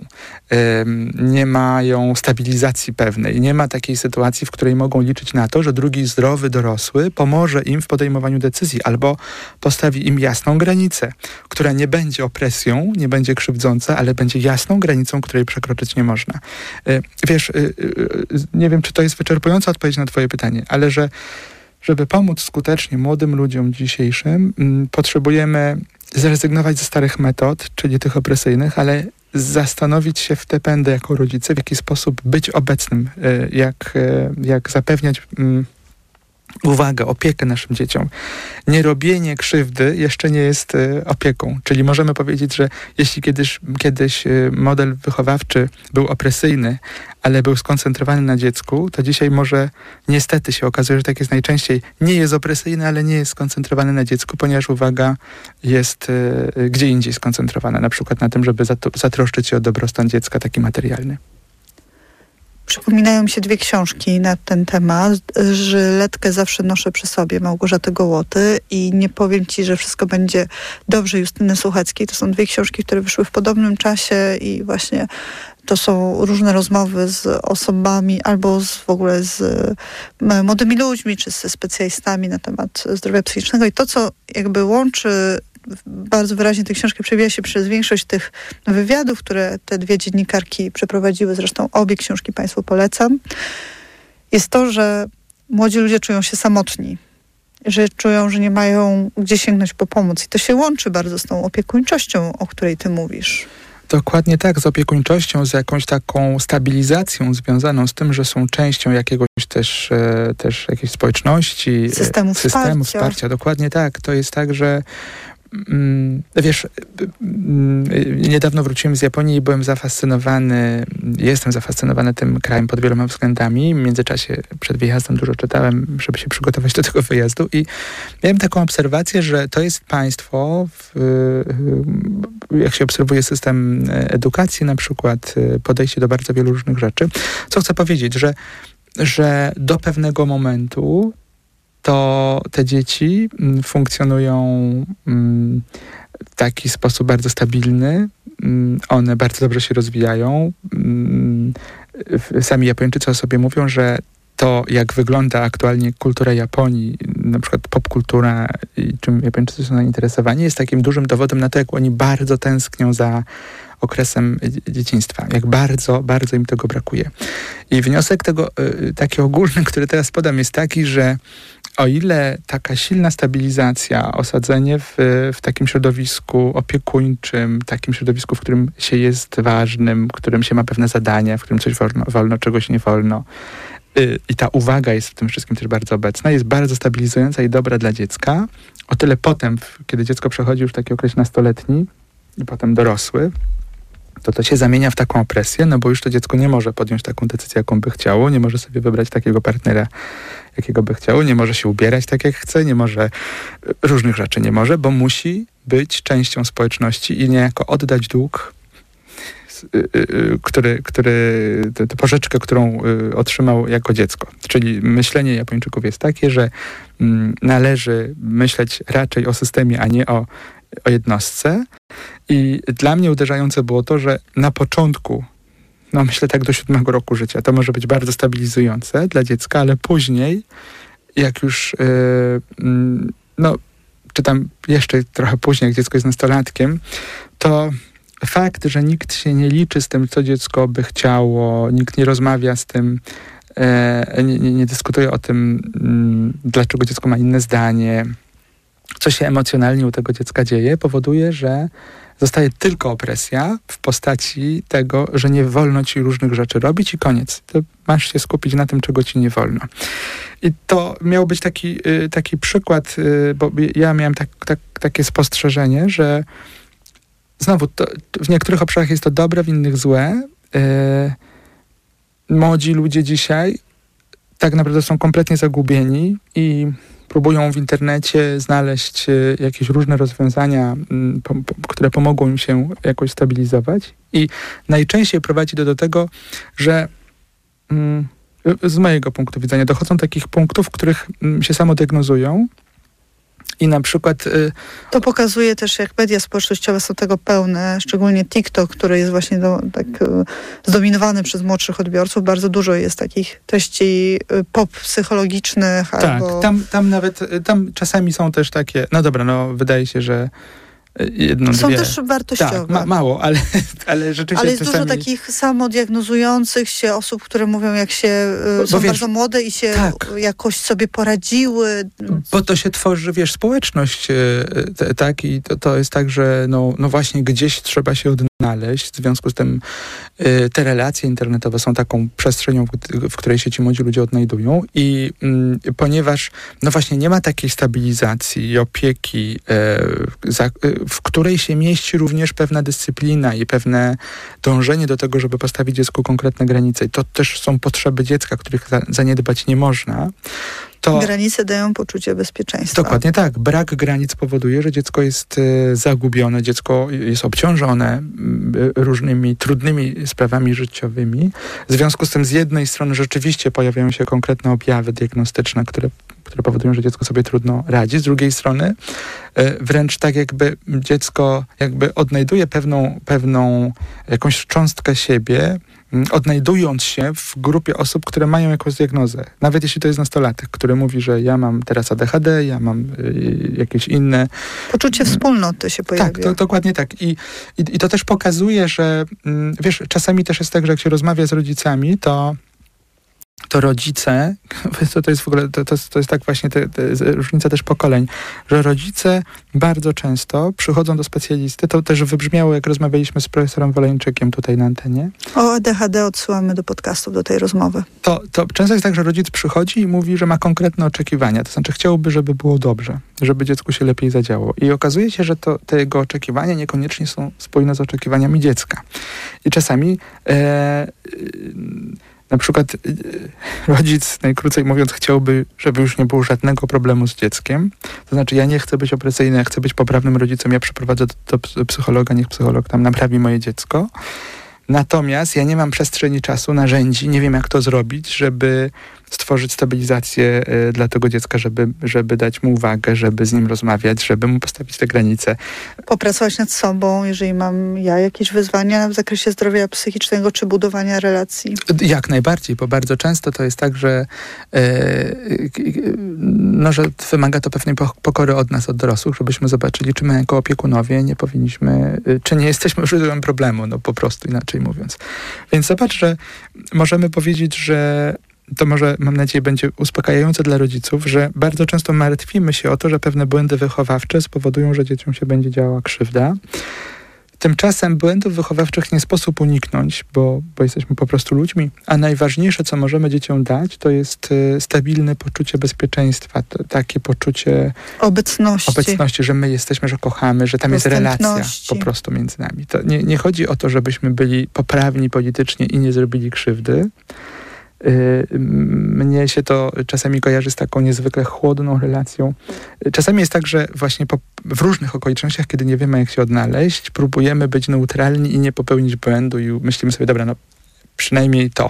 Nie mają stabilizacji pewnej. Nie ma takiej sytuacji, w której mogą liczyć na to, że drugi zdrowy dorosły pomoże im w podejmowaniu decyzji albo postawi im jasną granicę, która nie będzie opresją, nie będzie krzywdząca, ale będzie jasną granicą, której przekroczyć nie można. Wiesz, nie wiem, czy to jest wyczerpująca odpowiedź na twoje pytanie, ale że żeby pomóc skutecznie młodym ludziom dzisiejszym, m, potrzebujemy zrezygnować ze starych metod, czyli tych opresyjnych, ale zastanowić się w te pędy jako rodzice, w jaki sposób być obecnym, y, jak, y, jak zapewniać y, uwagę, opiekę naszym dzieciom. Nierobienie krzywdy jeszcze nie jest y, opieką. Czyli możemy powiedzieć, że jeśli kiedyś, kiedyś y, model wychowawczy był opresyjny, ale był skoncentrowany na dziecku, to dzisiaj może niestety się okazuje, że tak jest najczęściej. Nie jest opresyjny, ale nie jest skoncentrowany na dziecku, ponieważ uwaga jest y, gdzie indziej skoncentrowana. Na przykład na tym, żeby zat- zatroszczyć się o dobrostan dziecka, taki materialny.
Przypominają mi się dwie książki na ten temat. Żyletkę zawsze noszę przy sobie, Małgorzaty Gołoty, i Nie powiem ci, że wszystko będzie dobrze, Justyny Sucheckiej. To są dwie książki, które wyszły w podobnym czasie i właśnie to są różne rozmowy z osobami albo z, w ogóle z młodymi ludźmi czy ze specjalistami na temat zdrowia psychicznego. I to, co jakby łączy bardzo wyraźnie tę książkę, przewija się przez większość tych wywiadów, które te dwie dziennikarki przeprowadziły, zresztą obie książki Państwu polecam, jest to, że młodzi ludzie czują się samotni, że czują, że nie mają gdzie sięgnąć po pomoc. I to się łączy bardzo z tą opiekuńczością, o której ty mówisz.
Dokładnie tak, z opiekuńczością, z jakąś taką stabilizacją związaną z tym, że są częścią jakiegoś też, e, też jakiejś społeczności,
systemu,
systemu
wsparcia.
wsparcia. Dokładnie tak. To jest tak, że mm, wiesz, mm, niedawno wróciłem z Japonii i byłem zafascynowany, jestem zafascynowany tym krajem pod wieloma względami. W międzyczasie przed wyjazdem dużo czytałem, żeby się przygotować do tego wyjazdu i miałem taką obserwację, że to jest państwo, w, jak się obserwuje system edukacji na przykład, podejście do bardzo wielu różnych rzeczy. Co chcę powiedzieć, że, że do pewnego momentu to te dzieci funkcjonują w taki sposób bardzo stabilny. One bardzo dobrze się rozwijają. Sami Japończycy o sobie mówią, że to, jak wygląda aktualnie kultura Japonii, na przykład popkultura i czym Japończycy są zainteresowani, jest takim dużym dowodem na to, jak oni bardzo tęsknią za okresem dzieciństwa. Jak bardzo, bardzo im tego brakuje. I wniosek tego, taki ogólny, który teraz podam, jest taki, że o ile taka silna stabilizacja, osadzenie w, w takim środowisku opiekuńczym, takim środowisku, w którym się jest ważnym, w którym się ma pewne zadania, w którym coś wolno, wolno czegoś nie wolno, yy, i ta uwaga jest w tym wszystkim też bardzo obecna, jest bardzo stabilizująca i dobra dla dziecka, o tyle potem, kiedy dziecko przechodzi już taki okres nastoletni i potem dorosły, to to się zamienia w taką opresję, no bo już to dziecko nie może podjąć taką decyzję, jaką by chciało, nie może sobie wybrać takiego partnera, jakiego by chciało, nie może się ubierać tak, jak chce, nie może, różnych rzeczy nie może, bo musi być częścią społeczności i niejako oddać dług który, który, tę pożyczkę, którą otrzymał jako dziecko. Czyli myślenie Japończyków jest takie, że należy myśleć raczej o systemie, a nie o, o jednostce. I dla mnie uderzające było to, że na początku, no myślę tak do siódmego roku życia, to może być bardzo stabilizujące dla dziecka, ale później, jak już yy, no, czy tam jeszcze trochę później, jak dziecko jest nastolatkiem, to fakt, że nikt się nie liczy z tym, co dziecko by chciało, nikt nie rozmawia z tym, e, nie, nie, nie dyskutuje o tym, m, dlaczego dziecko ma inne zdanie, co się emocjonalnie u tego dziecka dzieje, powoduje, że zostaje tylko opresja w postaci tego, że nie wolno ci różnych rzeczy robić i koniec. To masz się skupić na tym, czego ci nie wolno. I to miał być taki, taki przykład, bo ja miałem tak, tak, takie spostrzeżenie, że znowu to, w niektórych obszarach jest to dobre, w innych złe. Młodzi ludzie dzisiaj tak naprawdę są kompletnie zagubieni i próbują w internecie znaleźć jakieś różne rozwiązania, po, po, które pomogą im się jakoś stabilizować. I najczęściej prowadzi to do tego, że mm, z mojego punktu widzenia dochodzą do takich punktów, w których mm, się samodiagnozują i na przykład... Y,
to pokazuje też, jak media społecznościowe są tego pełne, szczególnie TikTok, który jest właśnie do, tak y, zdominowany przez młodszych odbiorców. Bardzo dużo jest takich treści y, pop-psychologicznych.
Tak,
albo...
tam, tam nawet, tam czasami są też takie, no dobra, no wydaje się, że jedno,
są
dwie.
też wartościowe.
Tak, ma, mało, ale, ale rzeczywiście
Ale jest
czasami...
dużo takich samodiagnozujących się osób, które mówią, jak się y, są
wiesz,
bardzo młode i się
tak.
jakoś sobie poradziły.
Bo to się tworzy, wiesz, społeczność, y, tak? I to, to jest tak, że no, no właśnie gdzieś trzeba się odnaleźć. W związku z tym y, te relacje internetowe są taką przestrzenią, w, w której się ci młodzi ludzie odnajdują i y, ponieważ no właśnie nie ma takiej stabilizacji i opieki, y, za, y, w której się mieści również pewna dyscyplina i pewne dążenie do tego, żeby postawić dziecku konkretne granice. I to też są potrzeby dziecka, których za, zaniedbać nie można. To,
granice dają poczucie bezpieczeństwa.
Dokładnie tak. Brak granic powoduje, że dziecko jest y, zagubione, dziecko jest obciążone y, różnymi trudnymi sprawami życiowymi. W związku z tym z jednej strony rzeczywiście pojawiają się konkretne objawy diagnostyczne, które, które powodują, że dziecko sobie trudno radzi. Z drugiej strony y, wręcz tak jakby dziecko jakby odnajduje pewną, pewną jakąś cząstkę siebie, odnajdując się w grupie osób, które mają jakąś diagnozę. Nawet jeśli to jest nastolatek, który mówi, że ja mam teraz A D H D, ja mam y, jakieś inne...
Poczucie wspólnoty się pojawia.
Tak, to, dokładnie tak. I, i, I to też pokazuje, że mm, wiesz, czasami też jest tak, że jak się rozmawia z rodzicami, to to rodzice, to, to jest w ogóle, to, to, to jest tak właśnie te, te, różnica też pokoleń, że rodzice bardzo często przychodzą do specjalisty, to też wybrzmiało, jak rozmawialiśmy z profesorem Woleńczykiem tutaj na antenie.
O A D H D odsyłamy do podcastów, do tej rozmowy.
To, to często jest tak, że rodzic przychodzi i mówi, że ma konkretne oczekiwania, to znaczy chciałby, żeby było dobrze, żeby dziecku się lepiej zadziało. I okazuje się, że to, te jego oczekiwania niekoniecznie są spójne z oczekiwaniami dziecka. I czasami e, na przykład rodzic, najkrócej mówiąc, chciałby, żeby już nie było żadnego problemu z dzieckiem. To znaczy, ja nie chcę być opresyjny, ja chcę być poprawnym rodzicem, ja przeprowadzę do, do psychologa, niech psycholog tam naprawi moje dziecko. Natomiast ja nie mam przestrzeni czasu, narzędzi, nie wiem jak to zrobić, żeby stworzyć stabilizację y, dla tego dziecka, żeby, żeby dać mu uwagę, żeby z nim rozmawiać, żeby mu postawić te granice.
Popracować nad sobą, jeżeli mam ja jakieś wyzwania w zakresie zdrowia psychicznego czy budowania relacji.
Jak najbardziej, bo bardzo często to jest tak, że, y, y, no, że wymaga to pewnej pokory od nas, od dorosłych, żebyśmy zobaczyli, czy my jako opiekunowie nie powinniśmy, y, czy nie jesteśmy źródłem problemu, no po prostu inaczej mówiąc. Więc zobacz, że możemy powiedzieć, że to może, mam nadzieję, będzie uspokajające dla rodziców, że bardzo często martwimy się o to, że pewne błędy wychowawcze spowodują, że dzieciom się będzie działała krzywda. Tymczasem błędów wychowawczych nie sposób uniknąć, bo, bo jesteśmy po prostu ludźmi, a najważniejsze, co możemy dzieciom dać, to jest y, stabilne poczucie bezpieczeństwa, to, takie poczucie
obecności.
obecności, że my jesteśmy, że kochamy, że tam jest relacja po prostu między nami. To nie, nie chodzi o to, żebyśmy byli poprawni politycznie i nie zrobili krzywdy, Mnie się to czasami kojarzy z taką niezwykle chłodną relacją. Czasami jest tak, że właśnie po, w różnych okolicznościach, kiedy nie wiemy, jak się odnaleźć, próbujemy być neutralni i nie popełnić błędu i myślimy sobie, dobra, no przynajmniej to.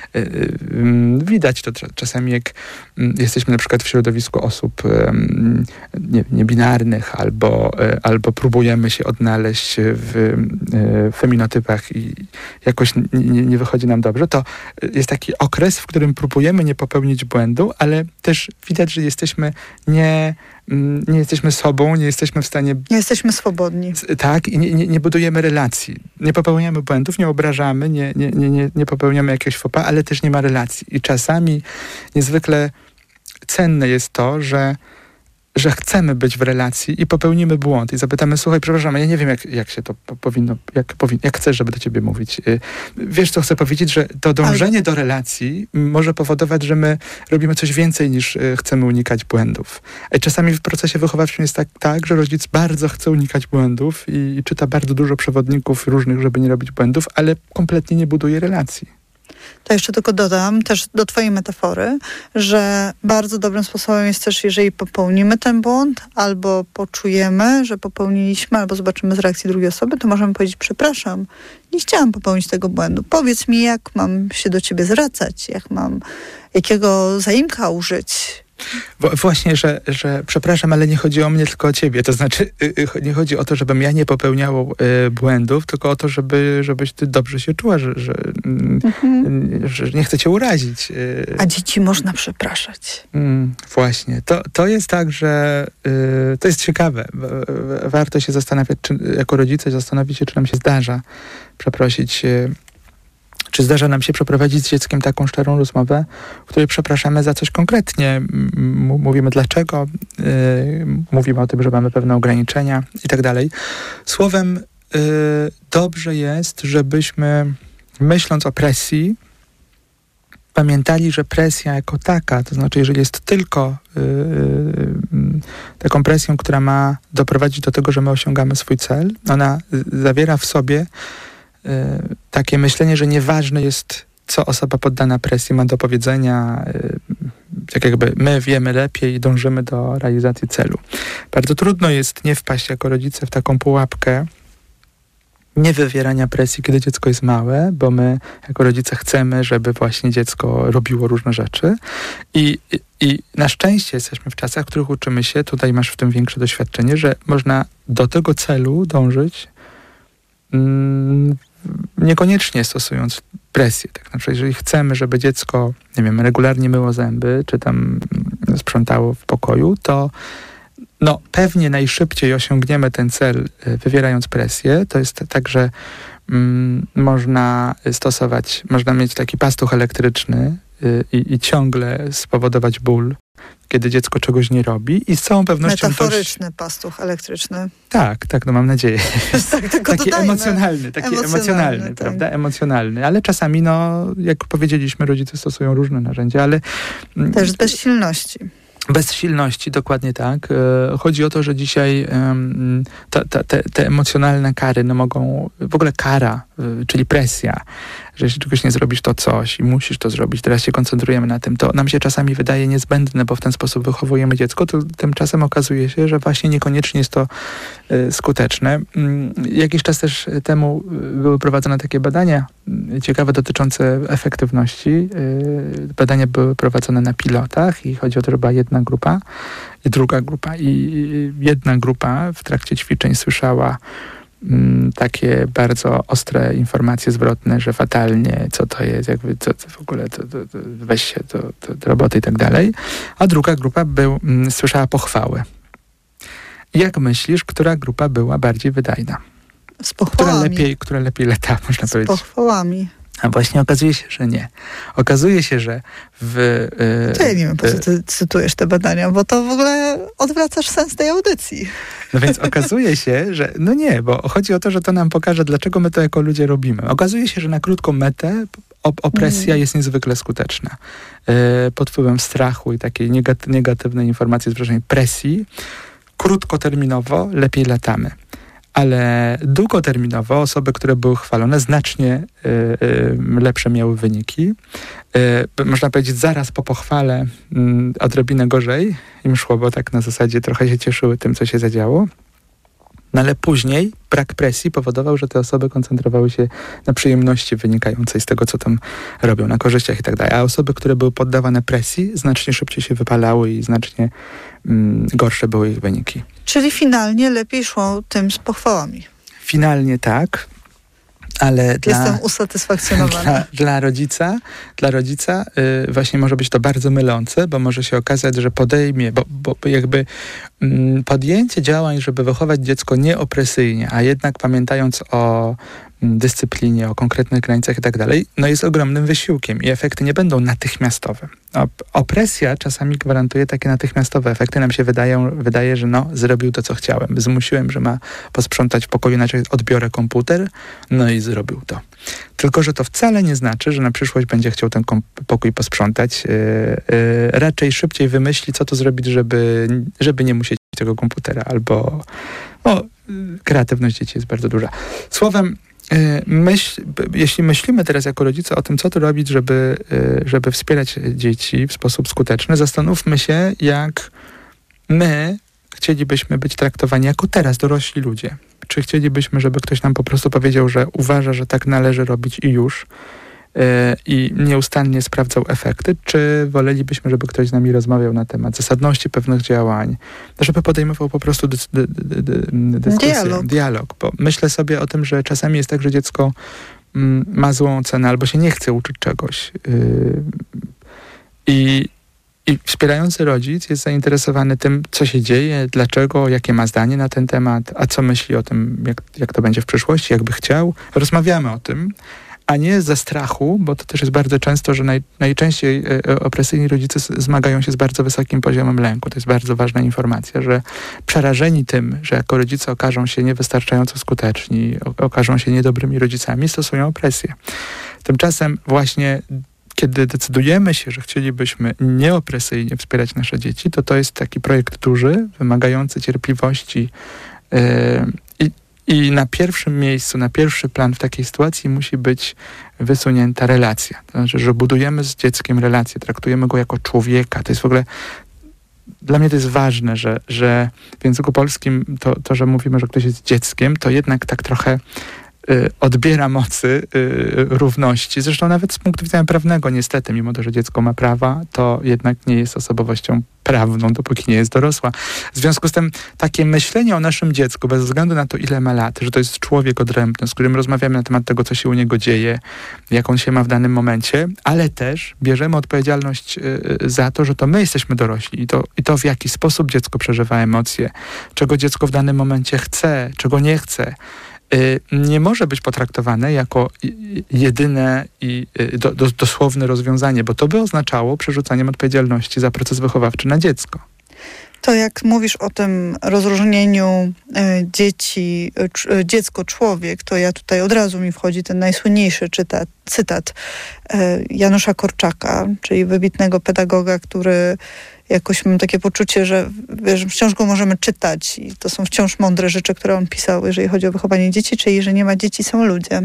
Widać to czasami, jak jesteśmy na przykład w środowisku osób nie, niebinarnych albo, albo próbujemy się odnaleźć w feminotypach i jakoś nie, nie wychodzi nam dobrze, to jest taki okres, w którym próbujemy nie popełnić błędu, ale też widać, że jesteśmy nie nie jesteśmy sobą, nie jesteśmy w stanie...
Nie jesteśmy swobodni.
Tak, i nie, nie, nie budujemy relacji. Nie popełniamy błędów, nie obrażamy, nie, nie, nie, nie popełniamy jakiegoś faux pas, ale też nie ma relacji. I czasami niezwykle cenne jest to, że że chcemy być w relacji i popełnimy błąd i zapytamy, słuchaj, przepraszam, ja nie wiem, jak, jak się to po, powinno, jak, powin, jak chcesz, żeby do ciebie mówić. Wiesz, co chcę powiedzieć, że to dążenie do relacji może powodować, że my robimy coś więcej, niż chcemy unikać błędów. Czasami w procesie wychowawczym jest tak, tak że rodzic bardzo chce unikać błędów i, i czyta bardzo dużo przewodników różnych, żeby nie robić błędów, ale kompletnie nie buduje relacji.
To jeszcze tylko dodam też do twojej metafory, że bardzo dobrym sposobem jest też, jeżeli popełnimy ten błąd, albo poczujemy, że popełniliśmy, albo zobaczymy z reakcji drugiej osoby, to możemy powiedzieć, przepraszam, nie chciałam popełnić tego błędu. Powiedz mi, jak mam się do ciebie zwracać, jak mam, jakiego zaimka użyć.
Właśnie, że, że przepraszam, ale nie chodzi o mnie, tylko o ciebie. To znaczy, nie chodzi o to, żebym ja nie popełniał y, błędów, tylko o to, żeby, żebyś ty dobrze się czuła, że, że, mhm. y, że nie chcę cię urazić. Y.
A dzieci można przepraszać.
Mm, właśnie. To, to jest tak, że y, to jest ciekawe. Warto się zastanawiać, czy, jako rodzice zastanowić się, czy nam się zdarza przeprosić y, Czy zdarza nam się przeprowadzić z dzieckiem taką szczerą rozmowę, w której przepraszamy za coś konkretnie, M- mówimy dlaczego, yy, mówimy o tym, że mamy pewne ograniczenia i tak dalej. Słowem, yy, dobrze jest, żebyśmy myśląc o presji, pamiętali, że presja jako taka, to znaczy jeżeli jest tylko yy, yy, taką presją, która ma doprowadzić do tego, że my osiągamy swój cel, ona y, zawiera w sobie takie myślenie, że nieważne jest, co osoba poddana presji ma do powiedzenia, tak jakby my wiemy lepiej i dążymy do realizacji celu. Bardzo trudno jest nie wpaść jako rodzice w taką pułapkę niewywierania presji, kiedy dziecko jest małe, bo my jako rodzice chcemy, żeby właśnie dziecko robiło różne rzeczy i, i, i na szczęście jesteśmy w czasach, w których uczymy się, tutaj masz w tym większe doświadczenie, że można do tego celu dążyć mm, niekoniecznie stosując presję. Tak na przykład, jeżeli chcemy, żeby dziecko, nie wiem, regularnie myło zęby, czy tam sprzątało w pokoju, to no pewnie najszybciej osiągniemy ten cel wywierając presję. To jest tak, że mm, można stosować, można mieć taki pastuch elektryczny y, i, i ciągle spowodować ból, kiedy dziecko czegoś nie robi i z całą pewnością...
Metaforyczny
dość...
pastuch elektryczny.
Tak, tak, no mam nadzieję.
tak, tylko
taki
dodajmy.
emocjonalny, taki emocjonalny, emocjonalny tak. Prawda? Emocjonalny, ale czasami, no, jak powiedzieliśmy, rodzice stosują różne narzędzia, ale...
Też z bezsilności.
Bezsilności, dokładnie tak. Chodzi o to, że dzisiaj um, ta, ta, te, te emocjonalne kary no mogą, w ogóle kara, czyli presja, że jeśli czegoś nie zrobisz, to coś i musisz to zrobić, teraz się koncentrujemy na tym, to nam się czasami wydaje niezbędne, bo w ten sposób wychowujemy dziecko, to tymczasem okazuje się, że właśnie niekoniecznie jest to y, skuteczne. Y, jakiś czas też temu były prowadzone takie badania y, ciekawe dotyczące efektywności. Y, badania były prowadzone na pilotach i chodzi o to, że była jedna grupa i druga grupa i jedna grupa w trakcie ćwiczeń słyszała takie bardzo ostre informacje zwrotne, że fatalnie, co to jest, jakby co, co w ogóle, to, to, to weź się do, do, do roboty i tak dalej. A druga grupa był, m, słyszała pochwały. Jak myślisz, która grupa była bardziej wydajna?
Z pochwałami.
Która lepiej, która lepiej lata, można
Z
powiedzieć.
Z pochwałami.
A właśnie okazuje się, że nie. Okazuje się, że w... Yy,
to ja nie wiem, po co ty cytujesz te badania, bo to w ogóle odwracasz sens tej audycji.
No więc okazuje się, że no nie, bo chodzi o to, że to nam pokaże, dlaczego my to jako ludzie robimy. Okazuje się, że na krótką metę opresja mm. jest niezwykle skuteczna. Yy, pod wpływem strachu i takiej negaty- negatywnej informacji z wrażeniem presji, krótkoterminowo lepiej latamy. ale długoterminowo osoby, które były chwalone, znacznie y, y, lepsze miały wyniki. Y, można powiedzieć, zaraz po pochwale y, odrobinę gorzej im szło, bo tak na zasadzie trochę się cieszyły tym, co się zadziało. No ale później brak presji powodował, że te osoby koncentrowały się na przyjemności wynikającej z tego, co tam robią, na korzyściach i tak dalej. A osoby, które były poddawane presji, znacznie szybciej się wypalały i znacznie mm, gorsze były ich wyniki.
Czyli finalnie lepiej szło tym z pochwałami.
Finalnie tak, ale dla,
Jestem usatysfakcjonowana.
Dla, dla rodzica, dla rodzica yy, właśnie może być to bardzo mylące, bo może się okazać, że podejmie, bo, bo jakby mm, podjęcie działań, żeby wychować dziecko nieopresyjnie, a jednak pamiętając o dyscyplinie, o konkretnych granicach i tak dalej, no jest ogromnym wysiłkiem i efekty nie będą natychmiastowe. Opresja czasami gwarantuje takie natychmiastowe efekty. Nam się wydają, wydaje, że no, zrobił to, co chciałem. Zmusiłem, że ma posprzątać w pokoju, inaczej odbiorę komputer, no i zrobił to. Tylko, że to wcale nie znaczy, że na przyszłość będzie chciał ten pokój posprzątać. Yy, yy, raczej szybciej wymyśli, co to zrobić, żeby, żeby nie musieć tego komputera, albo no, kreatywność dzieci jest bardzo duża. Słowem, Myśl, jeśli myślimy teraz jako rodzice o tym, co to robić, żeby, żeby wspierać dzieci w sposób skuteczny, zastanówmy się, jak my chcielibyśmy być traktowani jako teraz dorośli ludzie. Czy chcielibyśmy, żeby ktoś nam po prostu powiedział, że uważa, że tak należy robić i już, i nieustannie sprawdzał efekty, czy wolelibyśmy, żeby ktoś z nami rozmawiał na temat zasadności pewnych działań, żeby podejmował po prostu dys- dy- dy- dy- dyskusję,
dialog.
dialog. Bo myślę sobie o tym, że czasami jest tak, że dziecko mm, ma złą cenę albo się nie chce uczyć czegoś. Yy, i, I wspierający rodzic jest zainteresowany tym, co się dzieje, dlaczego, jakie ma zdanie na ten temat, a co myśli o tym, jak, jak to będzie w przyszłości, jakby chciał. Rozmawiamy o tym, a nie ze strachu, bo to też jest bardzo często, że naj, najczęściej e, opresyjni rodzice zmagają się z bardzo wysokim poziomem lęku. To jest bardzo ważna informacja, że przerażeni tym, że jako rodzice okażą się niewystarczająco skuteczni, o, okażą się niedobrymi rodzicami, stosują opresję. Tymczasem właśnie kiedy decydujemy się, że chcielibyśmy nieopresyjnie wspierać nasze dzieci, to to jest taki projekt duży, wymagający cierpliwości yy, i I na pierwszym miejscu, na pierwszy plan w takiej sytuacji musi być wysunięta relacja. To znaczy, że budujemy z dzieckiem relację, traktujemy go jako człowieka. To jest w ogóle, dla mnie to jest ważne, że, że w języku polskim to, to, że mówimy, że ktoś jest dzieckiem, to jednak tak trochę y, odbiera mocy y, równości. Zresztą nawet z punktu widzenia prawnego niestety, mimo to, że dziecko ma prawa, to jednak nie jest osobowością prawną, dopóki nie jest dorosła. W związku z tym takie myślenie o naszym dziecku, bez względu na to, ile ma lat, że to jest człowiek odrębny, z którym rozmawiamy na temat tego, co się u niego dzieje, jak on się ma w danym momencie, ale też bierzemy odpowiedzialność y, za to, że to my jesteśmy dorośli i to, i to w jaki sposób dziecko przeżywa emocje, czego dziecko w danym momencie chce, czego nie chce, y, nie może być potraktowane jako jedyne i y, do, do, dosłowne rozwiązanie, bo to by oznaczało przerzucaniem odpowiedzialności za proces wychowawczy na dziecko.
To jak mówisz o tym rozróżnieniu y, dzieci, y, dziecko, człowiek, to ja tutaj od razu mi wchodzi ten najsłynniejszy czytat, cytat y, Janusza Korczaka, czyli wybitnego pedagoga, który jakoś mam takie poczucie, że wiesz, wciąż go możemy czytać i to są wciąż mądre rzeczy, które on pisał, jeżeli chodzi o wychowanie dzieci, czyli że nie ma dzieci, są ludzie.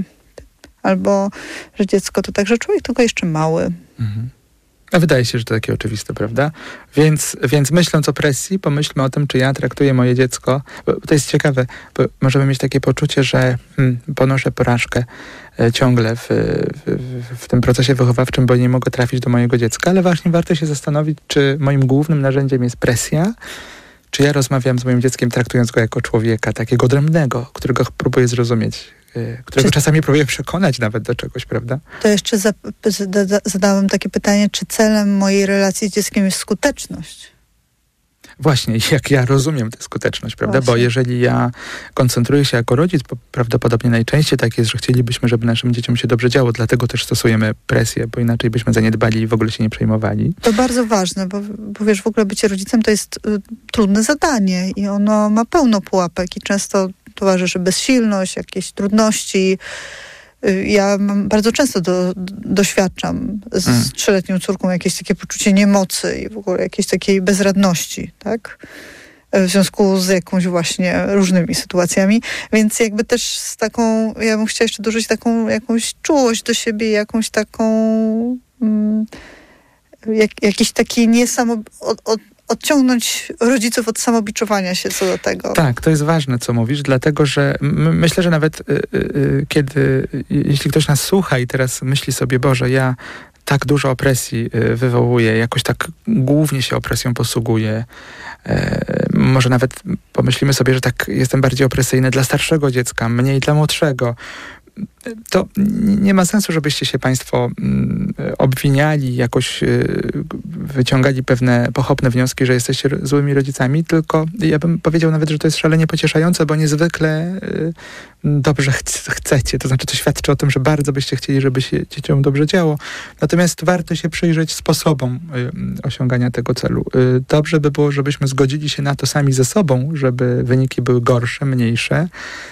Albo, że dziecko to także człowiek, tylko jeszcze mały.
Mhm. A wydaje się, że to takie oczywiste, prawda? Więc, więc myśląc o presji, pomyślmy o tym, czy ja traktuję moje dziecko. Bo to jest ciekawe, bo możemy mieć takie poczucie, że hmm, ponoszę porażkę e, ciągle w, w, w tym procesie wychowawczym, bo nie mogę trafić do mojego dziecka, ale właśnie warto się zastanowić, czy moim głównym narzędziem jest presja, czy ja rozmawiam z moim dzieckiem, traktując go jako człowieka, takiego odrębnego, którego próbuję zrozumieć, którego czy, czasami próbuję przekonać nawet do czegoś, prawda?
To jeszcze za, zada, zadałem takie pytanie, czy celem mojej relacji z dzieckiem jest skuteczność?
Właśnie, jak ja rozumiem tę skuteczność, prawda?
Właśnie.
Bo jeżeli ja koncentruję się jako rodzic, bo prawdopodobnie najczęściej tak jest, że chcielibyśmy, żeby naszym dzieciom się dobrze działo, dlatego też stosujemy presję, bo inaczej byśmy zaniedbali i w ogóle się nie przejmowali.
To bardzo ważne, bo, bo wiesz, w ogóle bycie rodzicem to jest y, trudne zadanie i ono ma pełno pułapek i często towarzyszy bezsilność, jakieś trudności. Ja mam, bardzo często do, do, doświadczam z mm. trzyletnią córką jakieś takie poczucie niemocy i w ogóle jakiejś takiej bezradności, tak? w związku z jakąś właśnie różnymi sytuacjami. Więc jakby też z taką, ja bym chciała jeszcze dorzucić taką jakąś czułość do siebie, jakąś taką mm, jak, jakiś taki niesamo... Od, od, odciągnąć rodziców od samobiczowania się co do tego.
Tak, to jest ważne, co mówisz, dlatego, że m- myślę, że nawet y, y, kiedy, y, jeśli ktoś nas słucha i teraz myśli sobie, Boże, ja tak dużo opresji y, wywołuję, jakoś tak głównie się opresją posługuję, y, może nawet pomyślimy sobie, że tak jestem bardziej opresyjny dla starszego dziecka, mniej dla młodszego, to nie ma sensu, żebyście się państwo mm, obwiniali, jakoś y, wyciągali pewne pochopne wnioski, że jesteście złymi rodzicami, tylko ja bym powiedział nawet, że to jest szalenie pocieszające, bo niezwykle y, dobrze ch- chcecie. To znaczy, to świadczy o tym, że bardzo byście chcieli, żeby się dzieciom dobrze działo. Natomiast warto się przyjrzeć sposobom y, osiągania tego celu. Y, dobrze by było, żebyśmy zgodzili się na to sami ze sobą, żeby wyniki były gorsze, mniejsze,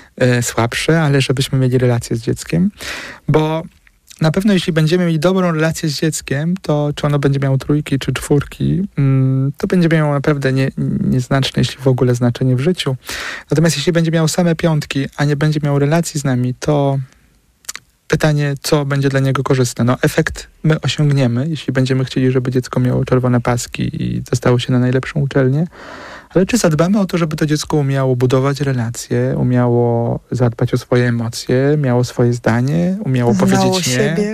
słabsze, ale żebyśmy mieli relację z dzieckiem, bo na pewno jeśli będziemy mieli dobrą relację z dzieckiem, to czy ono będzie miało trójki czy czwórki, to będzie miało naprawdę nie, nieznaczne, jeśli w ogóle znaczenie w życiu. Natomiast jeśli będzie miało same piątki, a nie będzie miało relacji z nami, to pytanie, co będzie dla niego korzystne. No efekt my osiągniemy, jeśli będziemy chcieli, żeby dziecko miało czerwone paski i dostało się na najlepszą uczelnię, ale czy zadbamy o to, żeby to dziecko umiało budować relacje, umiało zadbać o swoje emocje, miało swoje zdanie, umiało
Znało
powiedzieć nie?
siebie.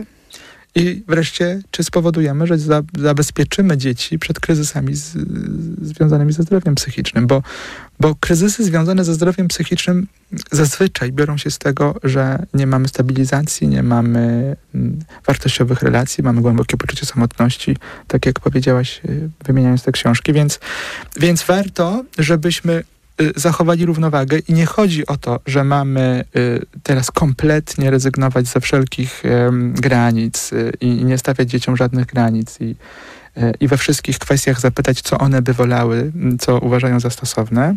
I wreszcie, czy spowodujemy, że za, zabezpieczymy dzieci przed kryzysami z, związanymi ze zdrowiem psychicznym? Bo, bo kryzysy związane ze zdrowiem psychicznym zazwyczaj biorą się z tego, że nie mamy stabilizacji, nie mamy mm, wartościowych relacji, mamy głębokie poczucie samotności, tak jak powiedziałaś, wymieniając te książki. Więc, więc warto, żebyśmy zachowali równowagę i nie chodzi o to, że mamy y, teraz kompletnie rezygnować ze wszelkich y, granic y, i nie stawiać dzieciom żadnych granic i, y, i we wszystkich kwestiach zapytać, co one by wolały, co uważają za stosowne,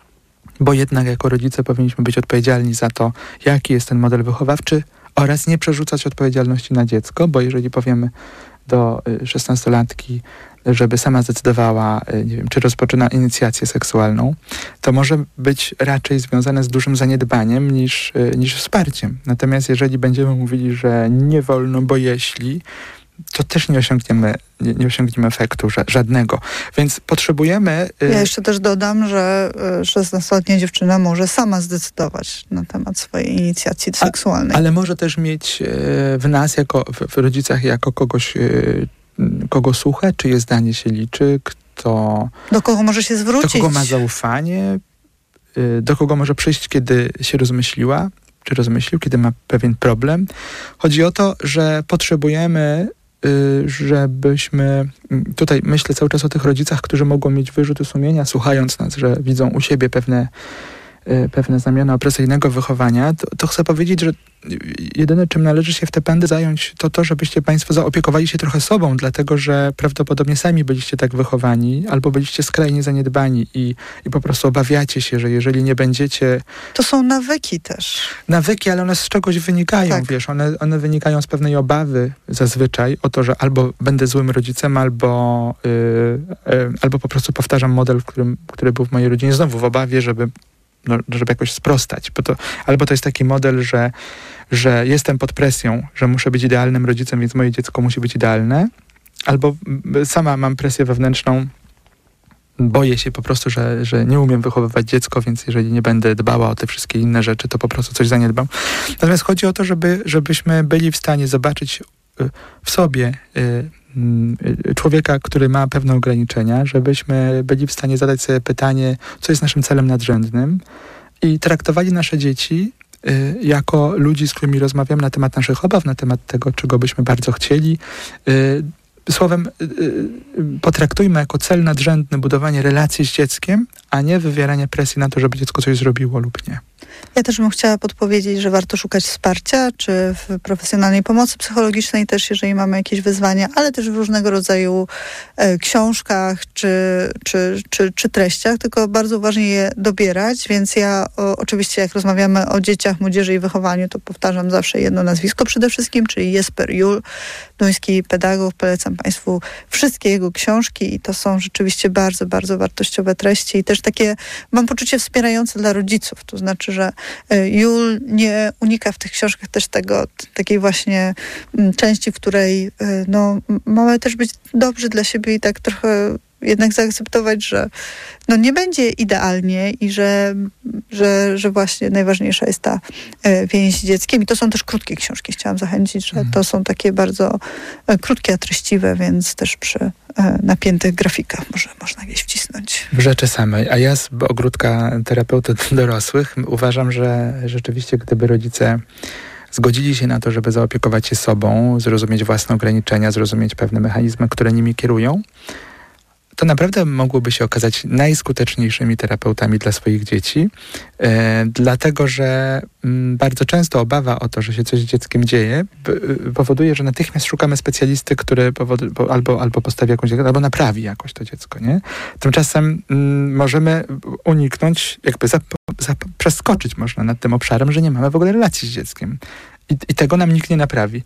bo jednak jako rodzice powinniśmy być odpowiedzialni za to, jaki jest ten model wychowawczy oraz nie przerzucać odpowiedzialności na dziecko, bo jeżeli powiemy do y, szesnastolatki, żeby sama zdecydowała, nie wiem, czy rozpoczyna inicjację seksualną, to może być raczej związane z dużym zaniedbaniem niż, niż wsparciem. Natomiast jeżeli będziemy mówili, że nie wolno, bo jeśli, to też nie osiągniemy, nie, nie osiągniemy efektu ża- żadnego. Więc potrzebujemy...
Ja jeszcze też dodam, że szesnastoletnia dziewczyna może sama zdecydować na temat swojej inicjacji
A,
seksualnej.
Ale może też mieć w nas, jako w, w rodzicach, jako kogoś, kogo słucha, czyje zdanie się liczy, kto...
Do kogo może się zwrócić?
Do kogo ma zaufanie, do kogo może przyjść, kiedy się rozmyśliła, czy rozmyślił, kiedy ma pewien problem. Chodzi o to, że potrzebujemy, żebyśmy... Tutaj myślę cały czas o tych rodzicach, którzy mogą mieć wyrzuty sumienia, słuchając nas, że widzą u siebie pewne pewne znamiona opresyjnego wychowania, to, to chcę powiedzieć, że jedyne, czym należy się w te pędy zająć, to to, żebyście państwo zaopiekowali się trochę sobą, dlatego, że prawdopodobnie sami byliście tak wychowani, albo byliście skrajnie zaniedbani i, i po prostu obawiacie się, że jeżeli nie będziecie...
To są nawyki też.
Nawyki, ale one z czegoś wynikają,
tak.
wiesz, one, one wynikają z pewnej obawy zazwyczaj o to, że albo będę złym rodzicem, albo, yy, yy, albo po prostu powtarzam model, w którym, który był w mojej rodzinie, znowu w obawie, żeby No, żeby jakoś sprostać. Bo to, albo to jest taki model, że, że jestem pod presją, że muszę być idealnym rodzicem, więc moje dziecko musi być idealne. Albo sama mam presję wewnętrzną, boję się po prostu, że, że nie umiem wychowywać dziecko, więc jeżeli nie będę dbała o te wszystkie inne rzeczy, to po prostu coś zaniedbam. Natomiast chodzi o to, żeby, żebyśmy byli w stanie zobaczyć w sobie człowieka, który ma pewne ograniczenia, żebyśmy byli w stanie zadać sobie pytanie, co jest naszym celem nadrzędnym i traktowali nasze dzieci y, jako ludzi, z którymi rozmawiamy na temat naszych obaw, na temat tego, czego byśmy bardzo chcieli. Y, słowem, y, y, potraktujmy jako cel nadrzędny budowanie relacji z dzieckiem, a nie wywieranie presji na to, żeby dziecko coś zrobiło lub nie.
Ja też bym chciała podpowiedzieć, że warto szukać wsparcia, czy w profesjonalnej pomocy psychologicznej też, jeżeli mamy jakieś wyzwania, ale też w różnego rodzaju e, książkach, czy, czy, czy, czy treściach, tylko bardzo ważnie je dobierać, więc ja o, oczywiście jak rozmawiamy o dzieciach, młodzieży i wychowaniu, to powtarzam zawsze jedno nazwisko przede wszystkim, czyli Jesper Juhl, duński pedagog. Polecam Państwu wszystkie jego książki i to są rzeczywiście bardzo, bardzo wartościowe treści i też takie, mam poczucie wspierające dla rodziców. To znaczy, że Jul nie unika w tych książkach też tego, takiej właśnie części, w której no, mamy też być dobrzy dla siebie i tak trochę jednak zaakceptować, że no nie będzie idealnie i że, że, że właśnie najważniejsza jest ta więź z dzieckiem. I to są też krótkie książki. Chciałam zachęcić, że to są takie bardzo krótkie, a treściwe, więc też przy napiętych grafikach może można gdzieś wcisnąć.
W rzeczy samej. A ja z ogródka terapeuty dorosłych uważam, że rzeczywiście gdyby rodzice zgodzili się na to, żeby zaopiekować się sobą, zrozumieć własne ograniczenia, zrozumieć pewne mechanizmy, które nimi kierują, to naprawdę mogłoby się okazać najskuteczniejszymi terapeutami dla swoich dzieci, e, dlatego że m, bardzo często obawa o to, że się coś z dzieckiem dzieje, p- powoduje, że natychmiast szukamy specjalisty, który powod- po, albo, albo postawi jakąś, albo naprawi jakoś to dziecko, nie? Tymczasem m, możemy uniknąć, jakby zap- zap- przeskoczyć można nad tym obszarem, że nie mamy w ogóle relacji z dzieckiem. I, i tego nam nikt nie naprawi.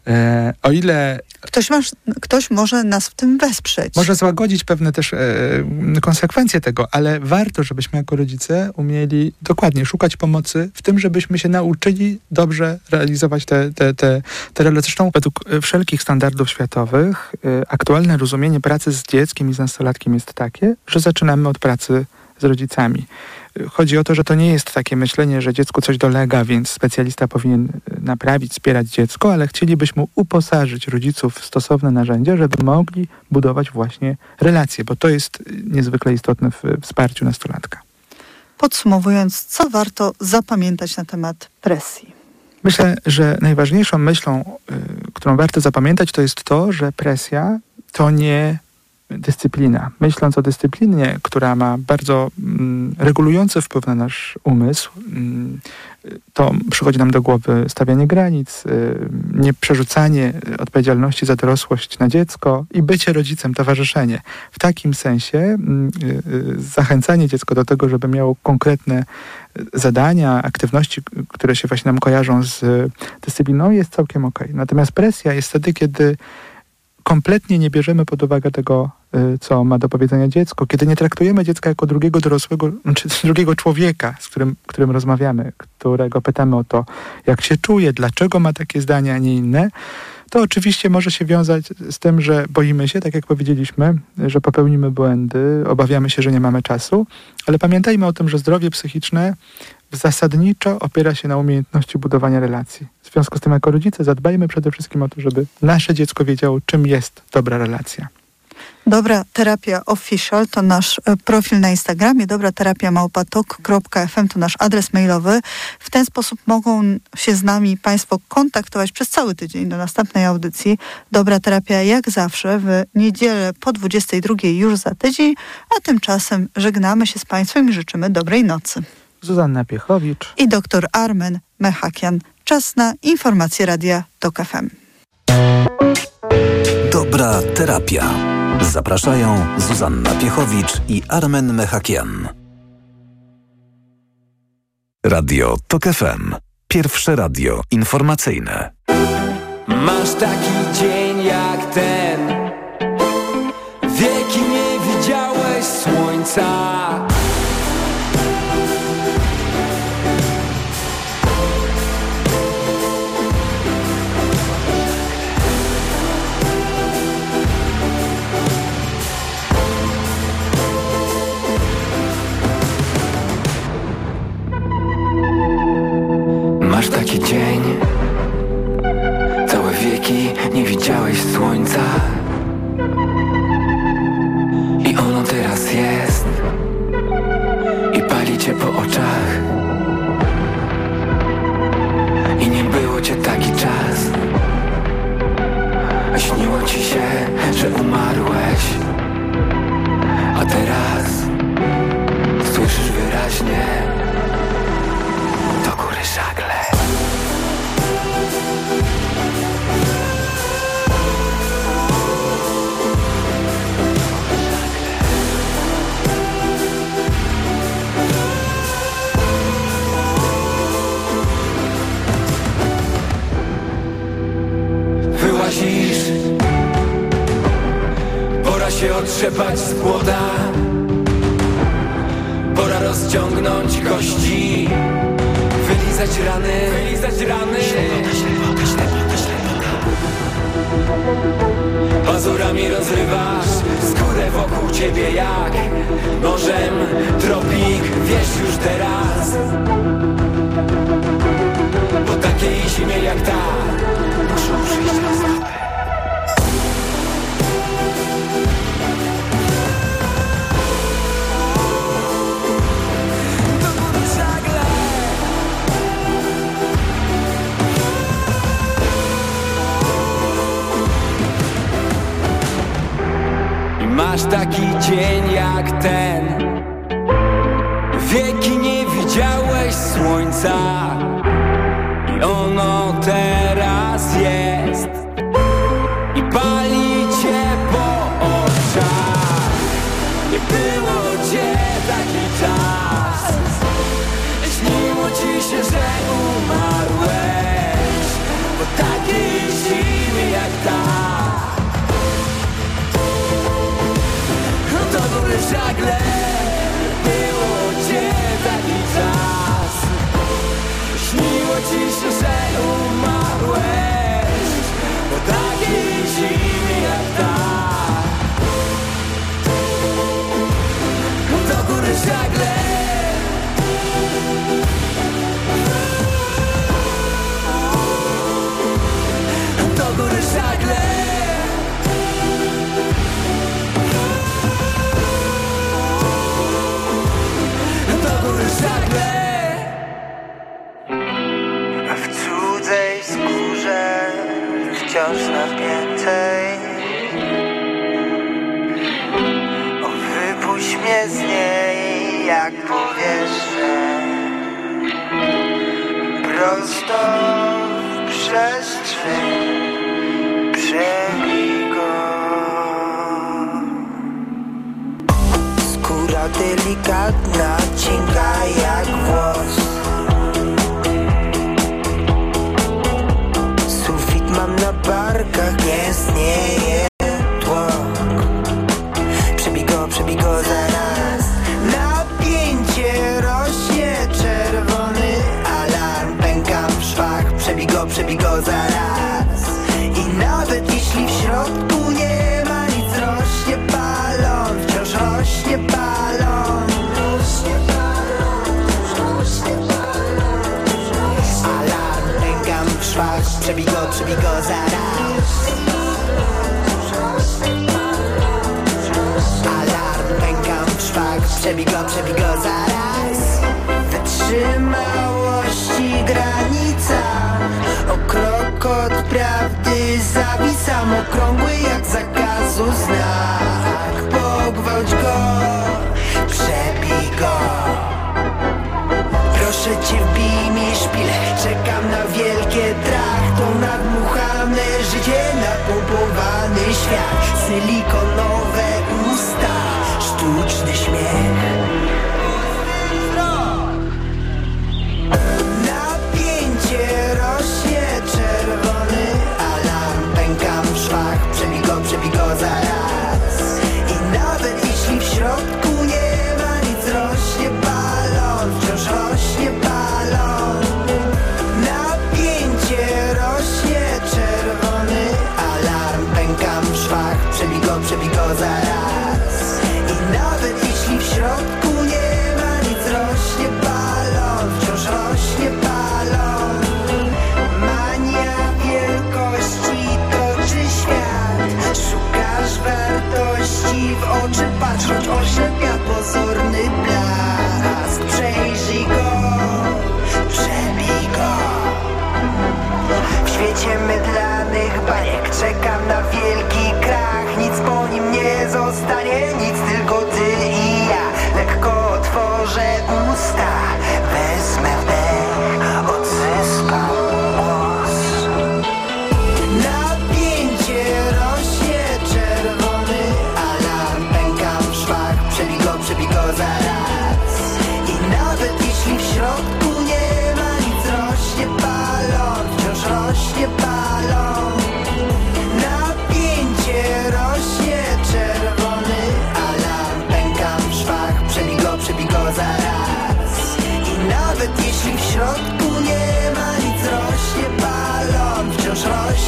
E, o ile...
Ktoś, masz, ktoś może nas w tym wesprzeć.
Może złagodzić pewne też e, konsekwencje tego, ale warto, żebyśmy jako rodzice umieli dokładnie szukać pomocy w tym, żebyśmy się nauczyli dobrze realizować te, te, te, te role. Zresztą według wszelkich standardów światowych e, aktualne rozumienie pracy z dzieckiem i z nastolatkiem jest takie, że zaczynamy od pracy z rodzicami. Chodzi o to, że to nie jest takie myślenie, że dziecku coś dolega, więc specjalista powinien naprawić, wspierać dziecko, ale chcielibyśmy uposażyć rodziców w stosowne narzędzia, żeby mogli budować właśnie relacje, bo to jest niezwykle istotne w wsparciu nastolatka.
Podsumowując, co warto zapamiętać na temat presji?
Myślę, że najważniejszą myślą, y, którą warto zapamiętać, to jest to, że presja to nie dyscyplina. Myśląc o dyscyplinie, która ma bardzo mm, regulujący wpływ na nasz umysł, mm, to przychodzi nam do głowy stawianie granic, y, nie przerzucanie odpowiedzialności za dorosłość na dziecko i bycie rodzicem, towarzyszenie. W takim sensie y, y, zachęcanie dziecko do tego, żeby miało konkretne zadania, aktywności, które się właśnie nam kojarzą z dyscypliną, jest całkiem okej. Natomiast presja jest wtedy, kiedy kompletnie nie bierzemy pod uwagę tego, co ma do powiedzenia dziecko, kiedy nie traktujemy dziecka jako drugiego dorosłego, czy drugiego człowieka, z którym, którym rozmawiamy, którego pytamy o to, jak się czuje, dlaczego ma takie zdania, a nie inne, to oczywiście może się wiązać z tym, że boimy się, tak jak powiedzieliśmy, że popełnimy błędy, obawiamy się, że nie mamy czasu, ale pamiętajmy o tym, że zdrowie psychiczne zasadniczo opiera się na umiejętności budowania relacji. W związku z tym jako rodzice zadbajmy przede wszystkim o to, żeby nasze dziecko wiedziało, czym jest dobra relacja.
Dobra Terapia Official to nasz profil na Instagramie, dobra terapia małpa tok kropka ef em to nasz adres mailowy. W ten sposób mogą się z nami Państwo kontaktować przez cały tydzień do następnej audycji. Dobra Terapia jak zawsze w niedzielę po dwudziestej drugiej już za tydzień, a tymczasem żegnamy się z Państwem i życzymy dobrej nocy.
Zuzanna Piechowicz
i doktor Armen Mechakian. Czas na informacje Radia Tok F M.
Dobra terapia. Zapraszają Zuzanna Piechowicz i Armen Mechakian. Radio Tok F M. Pierwsze radio informacyjne.
Masz taki dzień jak ten. Wieki nie widziałeś słońca. Masz taki dzień. Całe wieki nie widziałeś słońca. I ono teraz jest i pali cię po oczach. I nie było cię taki czas. Śniło ci się, że umarłeś. A teraz słyszysz wyraźnie do góry żagle. Wyłazisz, pora się otrzepać z płoda. ściągnąć kości, wylizać rany, wylizać rany. Ślepota, ślepota, ślepota, ślepota. Pazurami rozrywasz skórę wokół ciebie jak nożem tropik, wiesz już teraz. Po takiej zimie jak ta muszą przyjść na stopę. Masz taki dzień jak ten, wieki nie widziałeś słońca i ono teraz jest i pali cię po oczach. Nie było cię taki czas, śniło ci się, że umarłeś po takiej zimie jak ta. To były żagle, było cię taki czas. Śniło ci się, że umarłeś po takiej zimie jak ta. Do góry żagle. Do góry żagle.
A w cudzej skórze wciąż napiętej, o wypuść mnie z niej jak powietrze, prosto w przestrzeń przebij go. Skóra delikatna, cienka jak włos. Sufit mam na barkach, nie istnieje tłok. Przebij go, przebij go zaraz. Napięcie rośnie, czerwony alarm. Pękam w szwach, przebij go, przebij go zaraz. I nawet jeśli w środku nie ma nic, rośnie balon, wciąż rośnie balon. Alarm, pękam w szwach, przebij go, przebij go zaraz. Alarm, pękam w szwach, przebij go, przebij go zaraz. Wytrzymałości granica, o krok od prawdy zawisam, okrągły jak zakazu znak. Pogwałć go, przebij go. Proszę cię, wbij mi szpilę, czekam na wielkie trachto, nadmuchane życie, napompowany świat, silikonowe usta, sztuczny śmiech. Napięcie rośnie, czerwony alarm, pękam w szwach, przebij go, przebij go zaraz. I nawet jeśli w środku nie ma nic, rośnie balon, wciąż rośnie balon. Napięcie rośnie, czerwony alarm, pękam w szwach, przebij go, przebij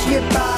nie bać.